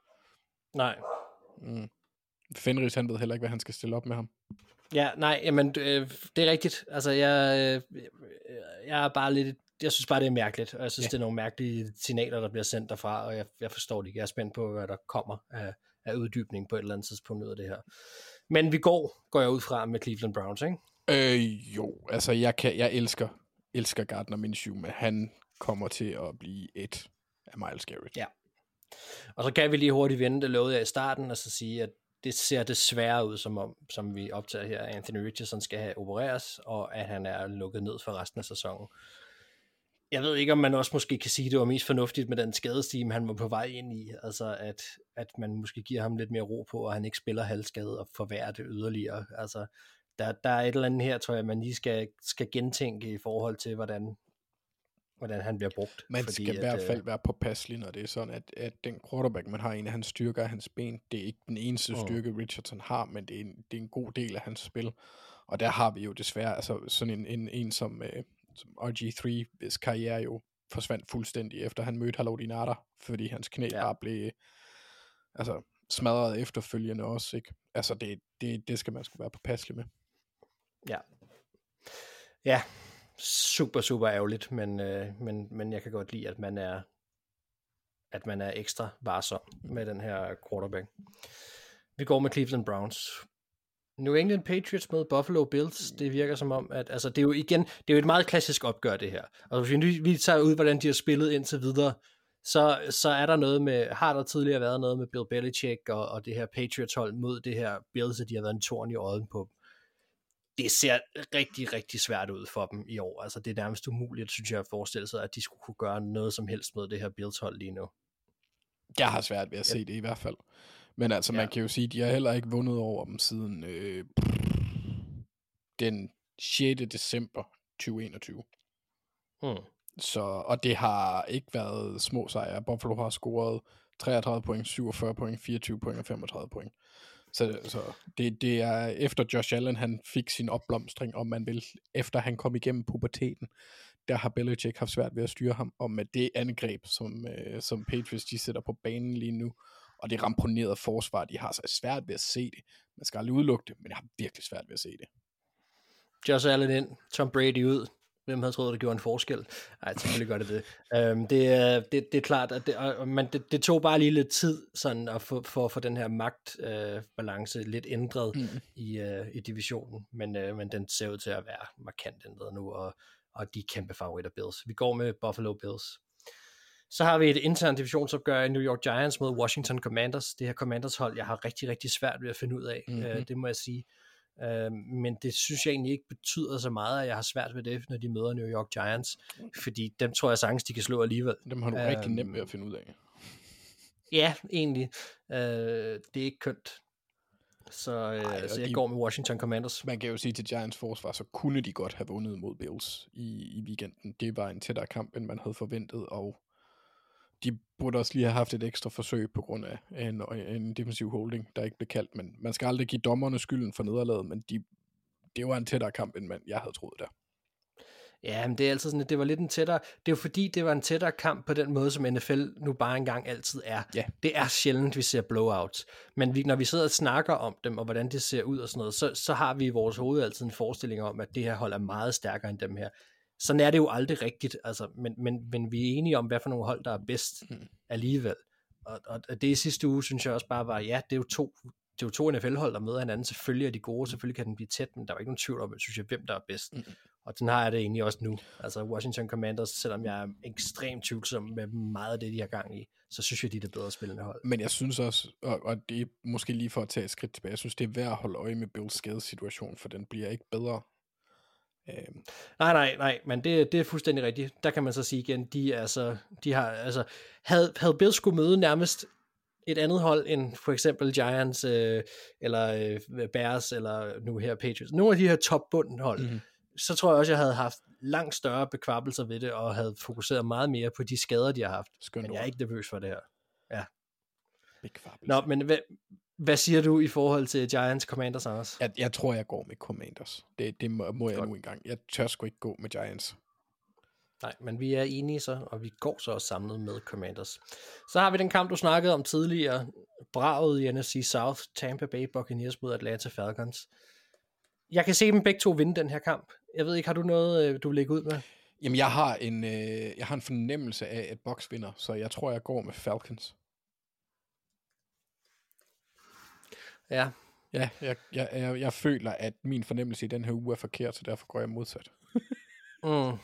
Nej. Mm. Fenris, han ved heller ikke, hvad han skal stille op med ham. Ja, nej, jamen, øh, det er rigtigt. Altså, jeg, øh, jeg er bare lidt, jeg synes bare, det er mærkeligt, og jeg synes, ja. det er nogle mærkelige signaler, der bliver sendt derfra, og jeg, jeg forstår det ikke. Jeg er spændt på, hvad der kommer af, af uddybning på et eller andet tidspunkt ud af det her. Men vi går, går jeg ud fra med Cleveland Browns, ikke? Øh, jo, altså, jeg, kan, jeg elsker, elsker Gardner Minshew, men han kommer til at blive et af Myles Garrett. Ja. Og så kan vi lige hurtigt vende det, lovede jeg i starten, og så sige, at det ser desværre ud, som om, som vi optager her, Anthony Richardson skal have opereres, og at han er lukket ned for resten af sæsonen. Jeg ved ikke, om man også måske kan sige, at det var mest fornuftigt med den skadestime, han var på vej ind i. Altså, at, at man måske giver ham lidt mere ro på, og han ikke spiller halvskade og forværrer det yderligere. Altså, der, der er et eller andet her, tror jeg, man lige skal, skal gentænke i forhold til, hvordan, hvordan han bliver brugt. Man fordi skal i at, hvert fald være påpasselig, når det er sådan, at, at den quarterback, man har, en af hans styrker af hans ben, det er ikke den eneste Mm. styrke, Richardson har, men det er, en, det er en god del af hans spil. Og der har vi jo desværre altså sådan en, en, en som, øh, som R G tre, hvis karriere jo forsvandt fuldstændig, efter han mødte Haloti Ngata, fordi hans knæ Ja. bare blev altså, smadret efterfølgende også. Ikke? Altså det, det, det skal man sgu være påpasselig med. Ja. Ja, super, super ærgerligt, men, øh, men, men jeg kan godt lide, at man er at man er ekstra varsom med den her quarterback. Vi går med Cleveland Browns. New England Patriots mod Buffalo Bills, det virker som om, at altså, det er jo igen, det er jo et meget klassisk opgør, det her. Og hvis vi nu vi tager ud, hvordan de har spillet indtil videre, så, så er der noget med, har der tidligere været noget med Bill Belichick og, og det her Patriots hold mod det her Bills, at de har været en torn i øjet på dem. Det ser rigtig, rigtig svært ud for dem i år. Altså, det er nærmest umuligt, synes jeg, at forestille sig, at de skulle kunne gøre noget som helst mod det her Bills hold lige nu. Jeg har svært ved at se det i hvert fald. Men altså, man ja. kan jo sige, at de har heller ikke vundet over dem siden øh, den sjette december tyve enogtyve. Hmm. Så, og det har ikke været små sejre. Buffalo har scoret treogtredive point, syvogfyrre point, fireogtyve point og femogtredive point. Så, så det, det er efter Josh Allen, han fik sin opblomstring, om man vil, efter han kom igennem puberteten, der har Belichick haft svært ved at styre ham, og med det angreb, som, øh, som Patriots de sætter på banen lige nu, og det ramponerede forsvar, de har så svært ved at se det. Man skal aldrig udelukke det, men jeg har virkelig svært ved at se det. Josh Allen ind, Tom Brady ud. Hvem havde troet, det gjorde en forskel? Nej, selvfølgelig gør det det. Um, det, det, det er klart, at det, og, men det, det tog bare lige lidt tid sådan at få, for, for den her magtbalance uh, lidt ændret mm. i, uh, i divisionen, men, uh, men den ser ud til at være markant ændret nu, og, og de er kæmpe favoritter Bills. Vi går med Buffalo Bills. Så har vi et internt divisionsopgør i New York Giants mod Washington Commanders. Det her Commanders hold, jeg har rigtig, rigtig svært ved at finde ud af, mm-hmm. uh, det må jeg sige. Uh, men det synes jeg egentlig ikke betyder så meget, at jeg har svært ved det, når de møder New York Giants, fordi dem tror jeg sagtens, de kan slå alligevel. Dem har du uh, rigtig nemt ved at finde ud af. Ja, egentlig. Uh, det er ikke kønt. Så, uh, Ej, så jeg de, går med Washington Commanders. Man kan jo sige til Giants forsvar, så kunne de godt have vundet mod Bills i, i weekenden. Det var en tættere kamp, end man havde forventet, og de burde også lige have haft et ekstra forsøg på grund af en, en defensiv holding, der ikke blev kaldt, men man skal aldrig give dommerne skylden for nederlaget, men de, det var en tættere kamp, end man, jeg havde troet der. Ja, men det er altid sådan, at det var lidt en tættere, det er jo fordi, det var en tættere kamp på den måde, som N F L nu bare engang altid er. Ja. Det er sjældent, vi ser blowouts, men vi, når vi sidder og snakker om dem, og hvordan det ser ud og sådan noget, så, så har vi i vores hoved altid en forestilling om, at det her hold er meget stærkere end dem her. Sådan er det jo aldrig rigtigt, altså, men, men, men vi er enige om, hvad for nogle hold, der er bedst mm. alligevel. Og, og det i sidste uge, synes jeg også bare var, ja, det er jo to, det er jo to N F L-hold, der møder hinanden. Selvfølgelig er de gode, selvfølgelig kan den blive tæt, men der er jo ikke nogen tvivl om, synes jeg, hvem der er bedst. Mm. Og den har jeg det egentlig også nu. Altså Washington Commanders, selvom jeg er ekstremt tvivlsom med meget af det, de har gang i, så synes jeg, de er det bedre spillende hold. Men jeg synes også, og, og det er måske lige for at tage et skridt tilbage, jeg synes, det er værd at holde øje med Bills skadesituation, for den bliver ikke bedre. Øhm. Nej, nej, nej, men det, det er fuldstændig rigtigt. Der kan man så sige igen, de er så, de har, altså, havde, havde Bills skulle møde nærmest et andet hold end for eksempel Giants, øh, eller øh, Bears, eller nu her Patriots, nogle af de her topbundhold, mm-hmm. så tror jeg også, jeg havde haft langt større bekvappelser ved det, og havde fokuseret meget mere på de skader, de har haft. Skønt, men jeg er ikke nervøs for det her. Ja. Nå, men hvad, hvad siger du i forhold til Giants Commanders, Anders? Jeg, jeg tror, jeg går med Commanders. Det, det må, må jeg nu engang. Jeg tør sgu ikke gå med Giants. Nej, men vi er enige så, og vi går så også samlet med Commanders. Så har vi den kamp, du snakkede om tidligere. Braget i N F C South, Tampa Bay Buccaneers mod Atlanta Falcons. Jeg kan se dem begge to vinde den her kamp. Jeg ved ikke, har du noget, du vil lægge ud med? Jamen, jeg har en, øh, jeg har en fornemmelse af, at Bucs vinder, så jeg tror, jeg går med Falcons. Ja. Ja, jeg, jeg, jeg, jeg føler, at min fornemmelse i den her uge er forkert, så derfor går jeg modsat. mm.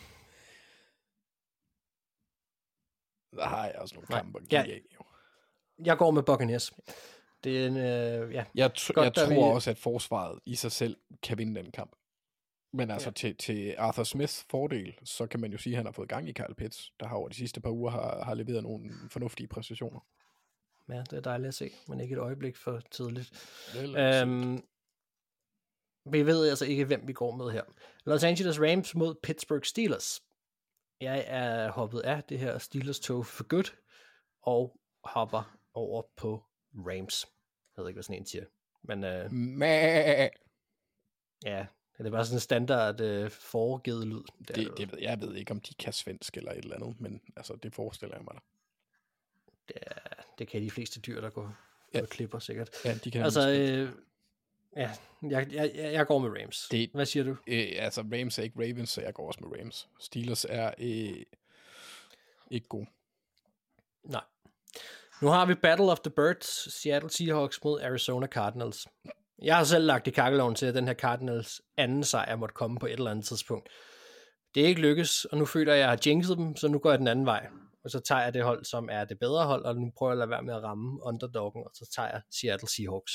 Der har jeg også nogle kampe at ja. af. Jeg går med Buccaneers. Det er en, øh, ja. Jeg, t- Godt, jeg tror vi... også, at forsvaret i sig selv kan vinde den kamp. Men altså ja. til, til Arthur Smiths fordel, så kan man jo sige, at han har fået gang i Kyle Pitts, der har over de sidste par uger har, har leveret nogle fornuftige præstationer. Ja, det er dejligt at se, men ikke et øjeblik for tidligt. Øhm, vi ved altså ikke, hvem vi går med her. Los Angeles Rams mod Pittsburgh Steelers. Jeg er hoppet af det her Steelers-tog for godt, og hopper over på Rams. Jeg ved ikke, hvad sådan en siger. Men, øh, Mæh. Ja, det er bare sådan en standard øh, foregivet lyd. Det, det, det ved, jeg ved ikke, om de kan svensk eller et eller andet, men altså, det forestiller jeg mig da. Det, det kan de fleste dyr, der går ja. og klipper sikkert. Ja, de kan. Altså, øh, Ja, jeg, jeg, jeg går med Rams. Det- Hvad siger du? Øh, altså, Rams er ikke Ravens, så jeg går også med Rams. Steelers er øh, ikke god. Nej. Nu har vi Battle of the Birds, Seattle Seahawks mod Arizona Cardinals. Jeg har selv lagt i kakkeloven til, at den her Cardinals anden sejr måtte komme på et eller andet tidspunkt. Det er ikke lykkes, og nu føler jeg, at jeg har jinxet dem, så nu går jeg den anden vej. Og så tager jeg det hold, som er det bedre hold, og nu prøver jeg at lade være med at ramme underdoggen, og så tager jeg Seattle Seahawks.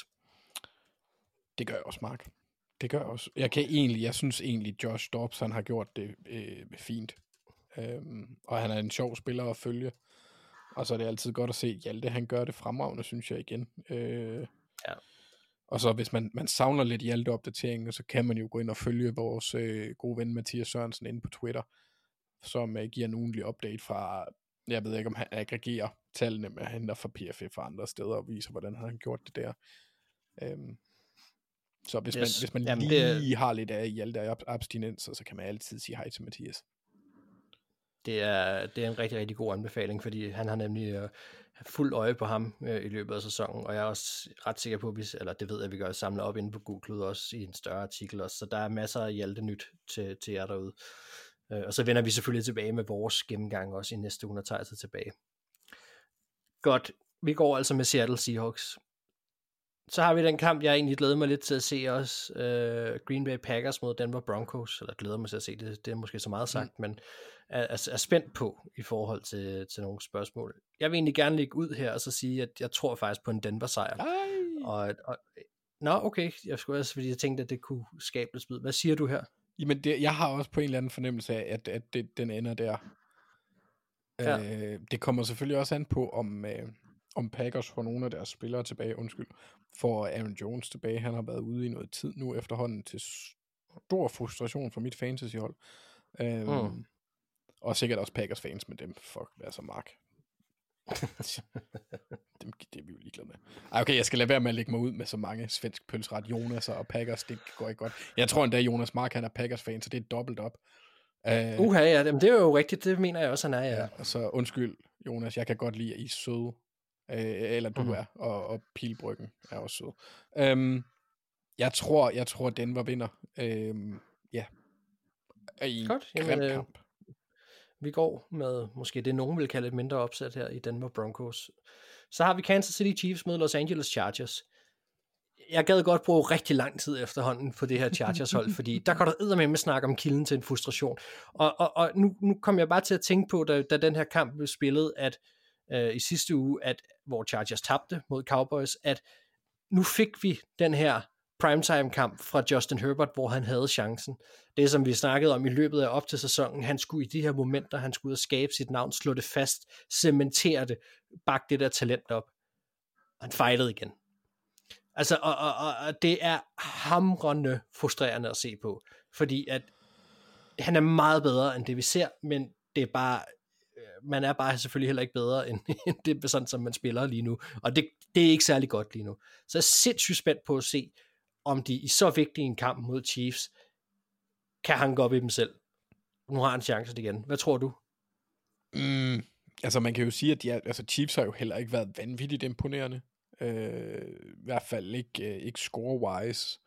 Det gør jeg også, Mark. Det gør jeg også. Jeg kan egentlig, jeg synes egentlig, Josh Dobbs, han har gjort det øh, fint. Øhm, og han er en sjov spiller at følge. Og så er det altid godt at se Hjalte, han gør det fremragende, synes jeg igen. Øh, Ja. Og så hvis man, man savner lidt Hjalte-opdateringer, så kan man jo gå ind og følge vores øh, gode ven Mathias Sørensen inde på Twitter, som øh, giver en ugentlig update fra, jeg ved ikke om han aggregerer tallene, men han henter fra P F F fra andre steder og viser, hvordan han har gjort det der. Øhm, så hvis, Yes. man, hvis man Jamen, lige det- har lidt af Hjalte og abstinenser, så kan man altid sige hej til Mathias. Det er, det er en rigtig, rigtig god anbefaling, fordi han har nemlig øh, fuld øje på ham øh, i løbet af sæsonen, og jeg er også ret sikker på, at vi, eller det ved jeg, at vi gør samle op inde på Google også i en større artikel også, så der er masser af Hjalte nyt til, til jer derude. Øh, og så vender vi selvfølgelig tilbage med vores gennemgang også i næste uge, når tager sig tilbage. Godt, vi går altså med Seattle Seahawks. Så har vi den kamp, jeg egentlig glæder mig lidt til at se også, øh, Green Bay Packers mod Denver Broncos, eller glæder mig til at se det, det er måske så meget sagt, mm. men er, er, er spændt på i forhold til, til nogle spørgsmål. Jeg vil egentlig gerne lægge ud her og så sige, at jeg tror faktisk på en Denver sejr. Og, og, nå, okay, jeg skulle også, fordi jeg tænkte, at det kunne skabe lidt spid. Hvad siger du her? Jamen, det, jeg har også på en eller anden fornemmelse af, at, at det, den ender der. Ja. Øh, det kommer selvfølgelig også an på, om, øh, om Packers får nogle af deres spillere tilbage, undskyld, for Aaron Jones tilbage. Han har været ude i noget tid nu efterhånden til stor frustration for mit fantasyhold. Øh, Mm. Og sikkert også Packers fans med dem. Fuck, hvad så Mark? dem, det er vi jo ligeglade med. Ej, okay, jeg skal lade være med at lægge mig ud med så mange svensk pølseret Jonas og Packers. Det går ikke godt. Jeg tror endda, Jonas Mark, han er Packers fan, så det er dobbelt op. Uh, Uha, ja, det er jo rigtigt, det mener jeg også, han er, ja. ja. Og så undskyld, Jonas, jeg kan godt lide, at I er søde. Uh, eller du Mhm. er, og, og Pilbryggen er også sød. Um, jeg tror, jeg tror, Denver vinder. Um, ja. I en Godt, jamen, grim øh, kamp. Vi går med måske det, nogen vil kalde et mindre opsæt her i Denver Broncos. Så har vi Kansas City Chiefs mod Los Angeles Chargers. Jeg gad godt bruge rigtig lang tid efterhånden på det her Chargers-hold, fordi der kan der eddermame snakke om kilden til en frustration. Og, og, og nu, nu kom jeg bare til at tænke på, da, da den her kamp blev spillet, at øh, i sidste uge, at hvor Chargers tabte mod Cowboys, at nu fik vi den her primetime-kamp fra Justin Herbert, hvor han havde chancen. Det, som vi snakkede om i løbet af op til sæsonen, han skulle i de her momenter, han skulle ud og skabe sit navn, slå det fast, cementere det, bakke det der talent op. Han fejlede igen. Altså, og, og, og, og det er hamrende frustrerende at se på, fordi at han er meget bedre end det, vi ser, men det er bare, man er bare selvfølgelig heller ikke bedre end, end det, sådan som man spiller lige nu, og det, det er ikke særlig godt lige nu. Så jeg er sindssygt spændt på at se, om de i så vigtig en kamp mod Chiefs, kan han gå op i dem selv. Nu har han chancen igen. Hvad tror du? Mm, altså man kan jo sige, at de er, altså Chiefs har jo heller ikke været vanvittigt imponerende. Øh, I hvert fald ikke, øh, ikke score-wise.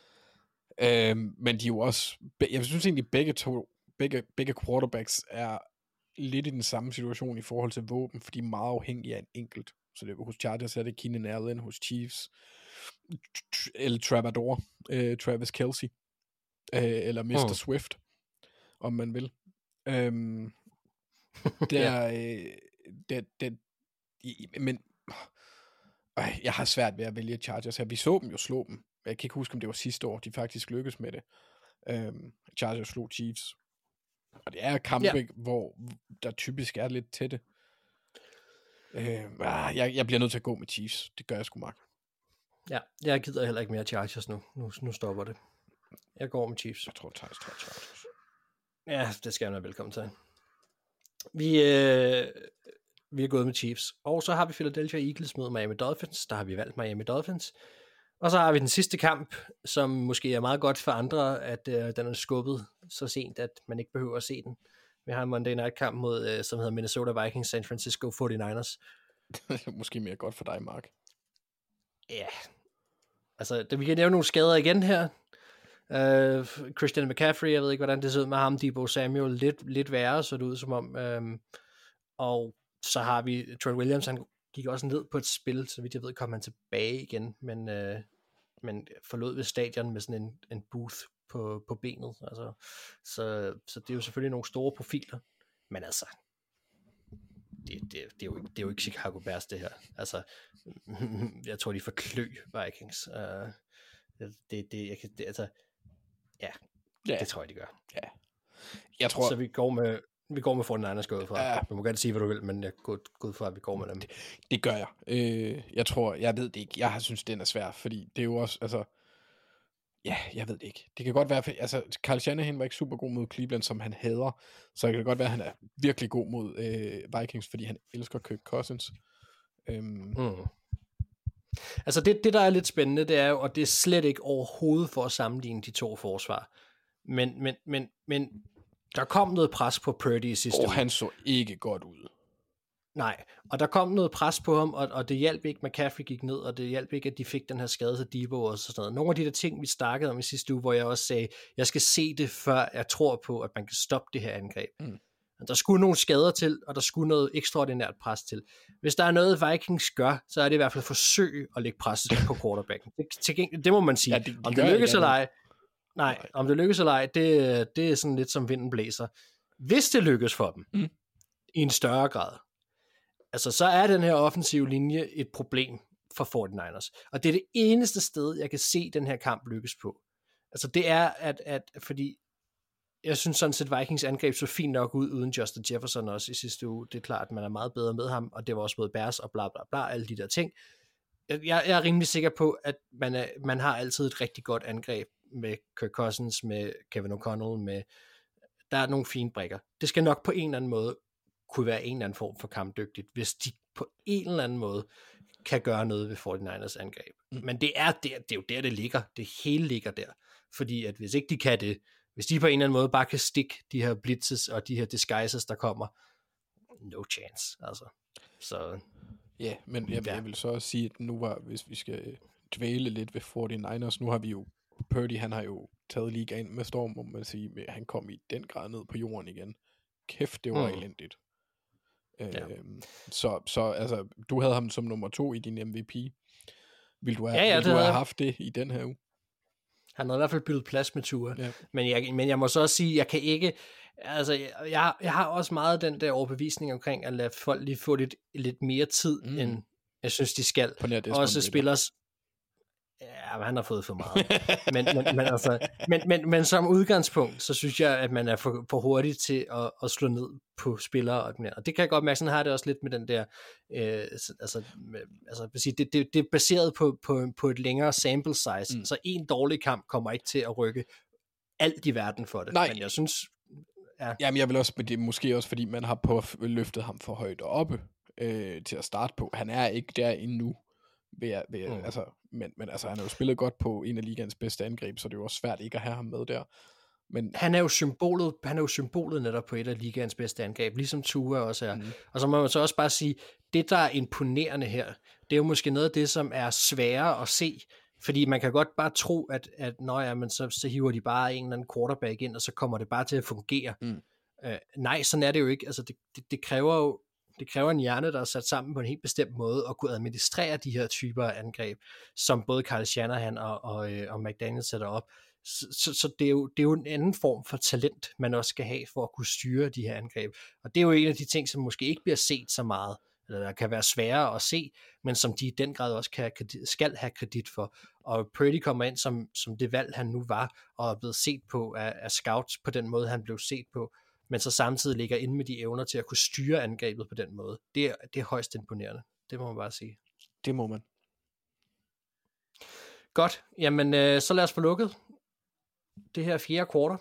Øh, men de er jo også, jeg synes egentlig begge to, begge, begge quarterbacks er lidt i den samme situation i forhold til våben, fordi de er meget afhængige af en enkelt. Så det, hos Chargers er det Keenan Allen, hos Chiefs eller Travador, øh, Travis Kelce, øh, eller mister Mm. Swift, om man vil. Øhm, der, øh, det, det, i- men øh, jeg har svært ved at vælge Chargers her. Vi så dem jo slå dem. Jeg kan ikke huske, om det var sidste år, de faktisk lykkedes med det. Øhm, Chargers slog Chiefs. Og det er kampe, Ja. ja. hvor der typisk er lidt tætte. Øh, ah, jeg, jeg bliver nødt til at gå med Chiefs. Det gør jeg sgu, Mark. Ja, jeg gider heller ikke mere Chargers nu. Nu, nu stopper det. Jeg går med Chiefs. Jeg tror, Thijs tager Chargers. Ja, det skal jeg være velkommen til. Vi, øh, vi er gået med Chiefs. Og så har vi Philadelphia Eagles mod Miami Dolphins. Der har vi valgt Miami Dolphins. Og så har vi den sidste kamp, som måske er meget godt for andre, at øh, den er skubbet så sent, at man ikke behøver at se den. Vi har en Monday Night kamp mod, øh, som hedder Minnesota Vikings, San Francisco forty-niners. Måske mere godt for dig, Mark. Ja, altså, vi kan nævne nogle skader igen her. Uh, Christian McCaffrey, jeg ved ikke, hvordan det ser ud med ham. Deebo Samuel, lidt, lidt værre, så det ud som om. Um, og så har vi Trent Williams, han gik også ned på et spil, så vidt jeg ved, kom han tilbage igen, men, uh, men forlod ved stadion med sådan en, en booth på, på benet. Altså, så, så det er jo selvfølgelig nogle store profiler, men altså, det, det, det, er, jo, det er jo ikke Chicago Bears, det her. Altså, jeg tror, de får klø Vikings. Uh, det, det, jeg kan, det, altså, ja, ja, det tror jeg, de gør. Ja. Jeg tror... Så vi går med, vi går med forty-niners gået fra. Ja. Du må gerne sige, hvad du vil, men jeg går, går ud fra, at vi går med dem. Det, det gør jeg. Øh, jeg tror, jeg ved det ikke. Jeg synes, den er svær, fordi det er jo også, altså, ja, jeg ved det ikke. Det kan godt være, for, altså, Kyle Shanahan var ikke super god mod Cleveland, som han hader, så det kan godt være, at han er virkelig god mod øh, Vikings, fordi han elsker Kirk Cousins. Øhm. Mm. Altså det, det, der er lidt spændende, det er jo, og det er slet ikke overhovedet for at sammenligne de to forsvar, men, men, men, men der kom noget pres på Purdy i sidste uge. Og han så ikke godt ud. Nej, og der kom noget pres på ham, og, og det hjalp ikke, McCaffrey gik ned, og det hjalp ikke, at de fik den her skade til Deebo og sådan noget. Nogle af de der ting, vi snakkede om i sidste uge, hvor jeg også sagde, jeg skal se det, før jeg tror på, at man kan stoppe det her angreb. Mm. Der skulle nogle skader til, og der skulle noget ekstraordinært pres til. Hvis der er noget, Vikings gør, så er det i hvert fald forsøg at lægge pres på quarterbacken. Det, til, det må man sige. Ja, de, de om det lykkes eller ej, nej, om det lykkes eller ej, det, det er sådan lidt som vinden blæser. Hvis det lykkes for dem, mm. i en større grad, altså så er den her offensive linje et problem for forty-niners. Og det er det eneste sted, jeg kan se den her kamp lykkes på. Altså det er, at, at fordi jeg synes sådan set, Vikings angreb så fint nok ud uden Justin Jefferson også i sidste uge. Det er klart, at man er meget bedre med ham, og det var også både Bears og bla bla bla, alle de der ting. Jeg, jeg er rimelig sikker på, at man, er, man har altid et rigtig godt angreb med Kirk Cousins, med Kevin O'Connell, med der er nogle fine brikker. Det skal nok på en eller anden måde kunne være en eller anden form for kampdygtigt, hvis de på en eller anden måde kan gøre noget ved forty-niners angreb. Mm. Men det er, der, det er jo der, det ligger. Det hele ligger der. Fordi at hvis ikke de kan det, hvis de på en eller anden måde bare kan stikke de her blitzes og de her disguises, der kommer, no chance, altså. Så, ja, men jeg, ja. jeg vil så også sige, at nu var, hvis vi skal dvæle lidt ved forty-niners, nu har vi jo, Purdy, han har jo taget ligaen med storm, må man sige, men han kom i den grad ned på jorden igen. Kæft, det var mm. elendigt. Ja. Øhm, så, så altså, du havde ham som nummer to i din M V P. Vil du have, ja, ja, vil du have haft det i den her uge? Han har i hvert fald byttet plads med Tua. Ja. Men, jeg, men jeg må så også sige, jeg kan ikke, altså jeg, jeg har også meget den der overbevisning omkring at lade folk lige få lidt, lidt mere tid, mm. end jeg synes, de skal. Også spillers. Ja, men han har fået for meget. men, men, men, altså, men, men, men som udgangspunkt, så synes jeg, at man er for, for hurtig til at, at slå ned på spillere. Og, og det kan jeg godt mærke, sådan har det også lidt med den der, øh, altså, med, altså det, det, det er baseret på, på, på et længere sample size, mm. så en dårlig kamp kommer ikke til at rykke alt i verden for det. Nej. Men jeg synes, ja. Jamen jeg vil også, det er måske også fordi, man har på løftet ham for højt oppe øh, til at starte på. Han er ikke der endnu. Ved jeg, ved jeg, mm. altså, men, men altså, han har jo spillet godt på en af ligaens bedste angreb, så det er jo også svært ikke at have ham med der. Men han er jo symbolet, han er jo symbolet netop på et af ligaens bedste angreb, ligesom Tua også er. Mm. Og så må man så også bare sige, det der er imponerende her, det er jo måske noget af det, som er sværere at se, fordi man kan godt bare tro, at, at nå ja, men så, så hiver de bare en eller anden quarterback ind, og så kommer det bare til at fungere. Mm. Uh, nej, sådan er det jo ikke. Altså, det, det, det kræver jo Det kræver en hjerne, der er sat sammen på en helt bestemt måde, og kunne administrere de her typer af angreb, som både Kyle Shanahan og, og, og McDaniel sætter op. Så, så, så det, er jo, det er jo en anden form for talent, man også skal have for at kunne styre de her angreb. Og det er jo en af de ting, som måske ikke bliver set så meget, eller der kan være sværere at se, men som de i den grad også kan, skal have kredit for. Og Purdy kommer ind som, som det valg, han nu var, og er blevet set på af, af scouts på den måde, han blev set på, men så samtidig ligger inde med de evner til at kunne styre angrebet på den måde. Det er, det er højst imponerende. Det må man bare sige. Det må man. Godt. Jamen, øh, så lad os få lukket det her fjerde kvartal.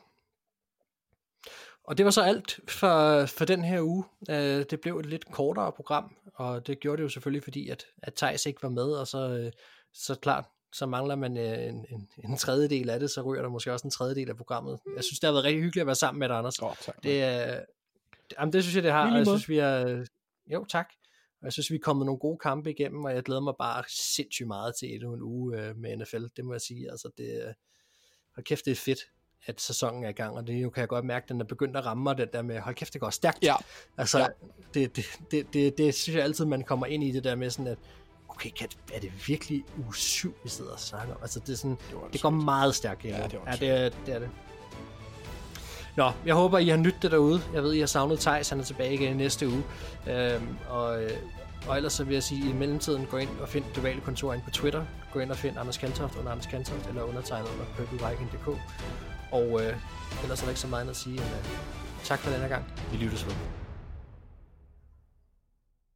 Og det var så alt for, for den her uge. Øh, det blev et lidt kortere program, og det gjorde det jo selvfølgelig, fordi at, at Theis ikke var med, og så, øh, så klart, så mangler man øh, en, en, en tredjedel af det, så ryger der måske også en tredjedel af programmet. Jeg synes, det har været rigtig hyggeligt at være sammen med dig, Anders. Oh, tak, det, øh, det, jamen, det synes jeg, det har, og jeg synes, vi er... Jo, tak. Og jeg synes, vi er kommet nogle gode kampe igennem, og jeg glæder mig bare sindssygt meget til endnu en uge øh, med N F L, det må jeg sige. Altså, det, hold kæft, det er fedt, at sæsonen er i gang, og det nu kan jeg godt mærke, at den er begyndt at ramme mig, den der med, hold kæft, det går stærkt. Ja. Altså, ja. Det, det, det, det, det synes jeg altid, man kommer ind i det der med sådan, at okay, kan, er det virkelig uge syv, vi sidder og snakker om? Altså, det er sådan, det, det går meget stærkt endnu. Ja, det, ja, det, er, det er det. Nå, jeg håber, I har nyttet det derude. Jeg ved, I har savnet Theis, han er tilbage igen næste uge. Øhm, og, og ellers så vil jeg sige, at i mellemtiden gå ind og find det Duale Kontor ind på Twitter. Gå ind og find Anders Kaltoft under Anders Kaltoft, eller undertegnet under purple viking punktum d k. Og øh, ellers er der ikke så meget at sige. Men, øh, tak for denne gang. Vi lyttes ved.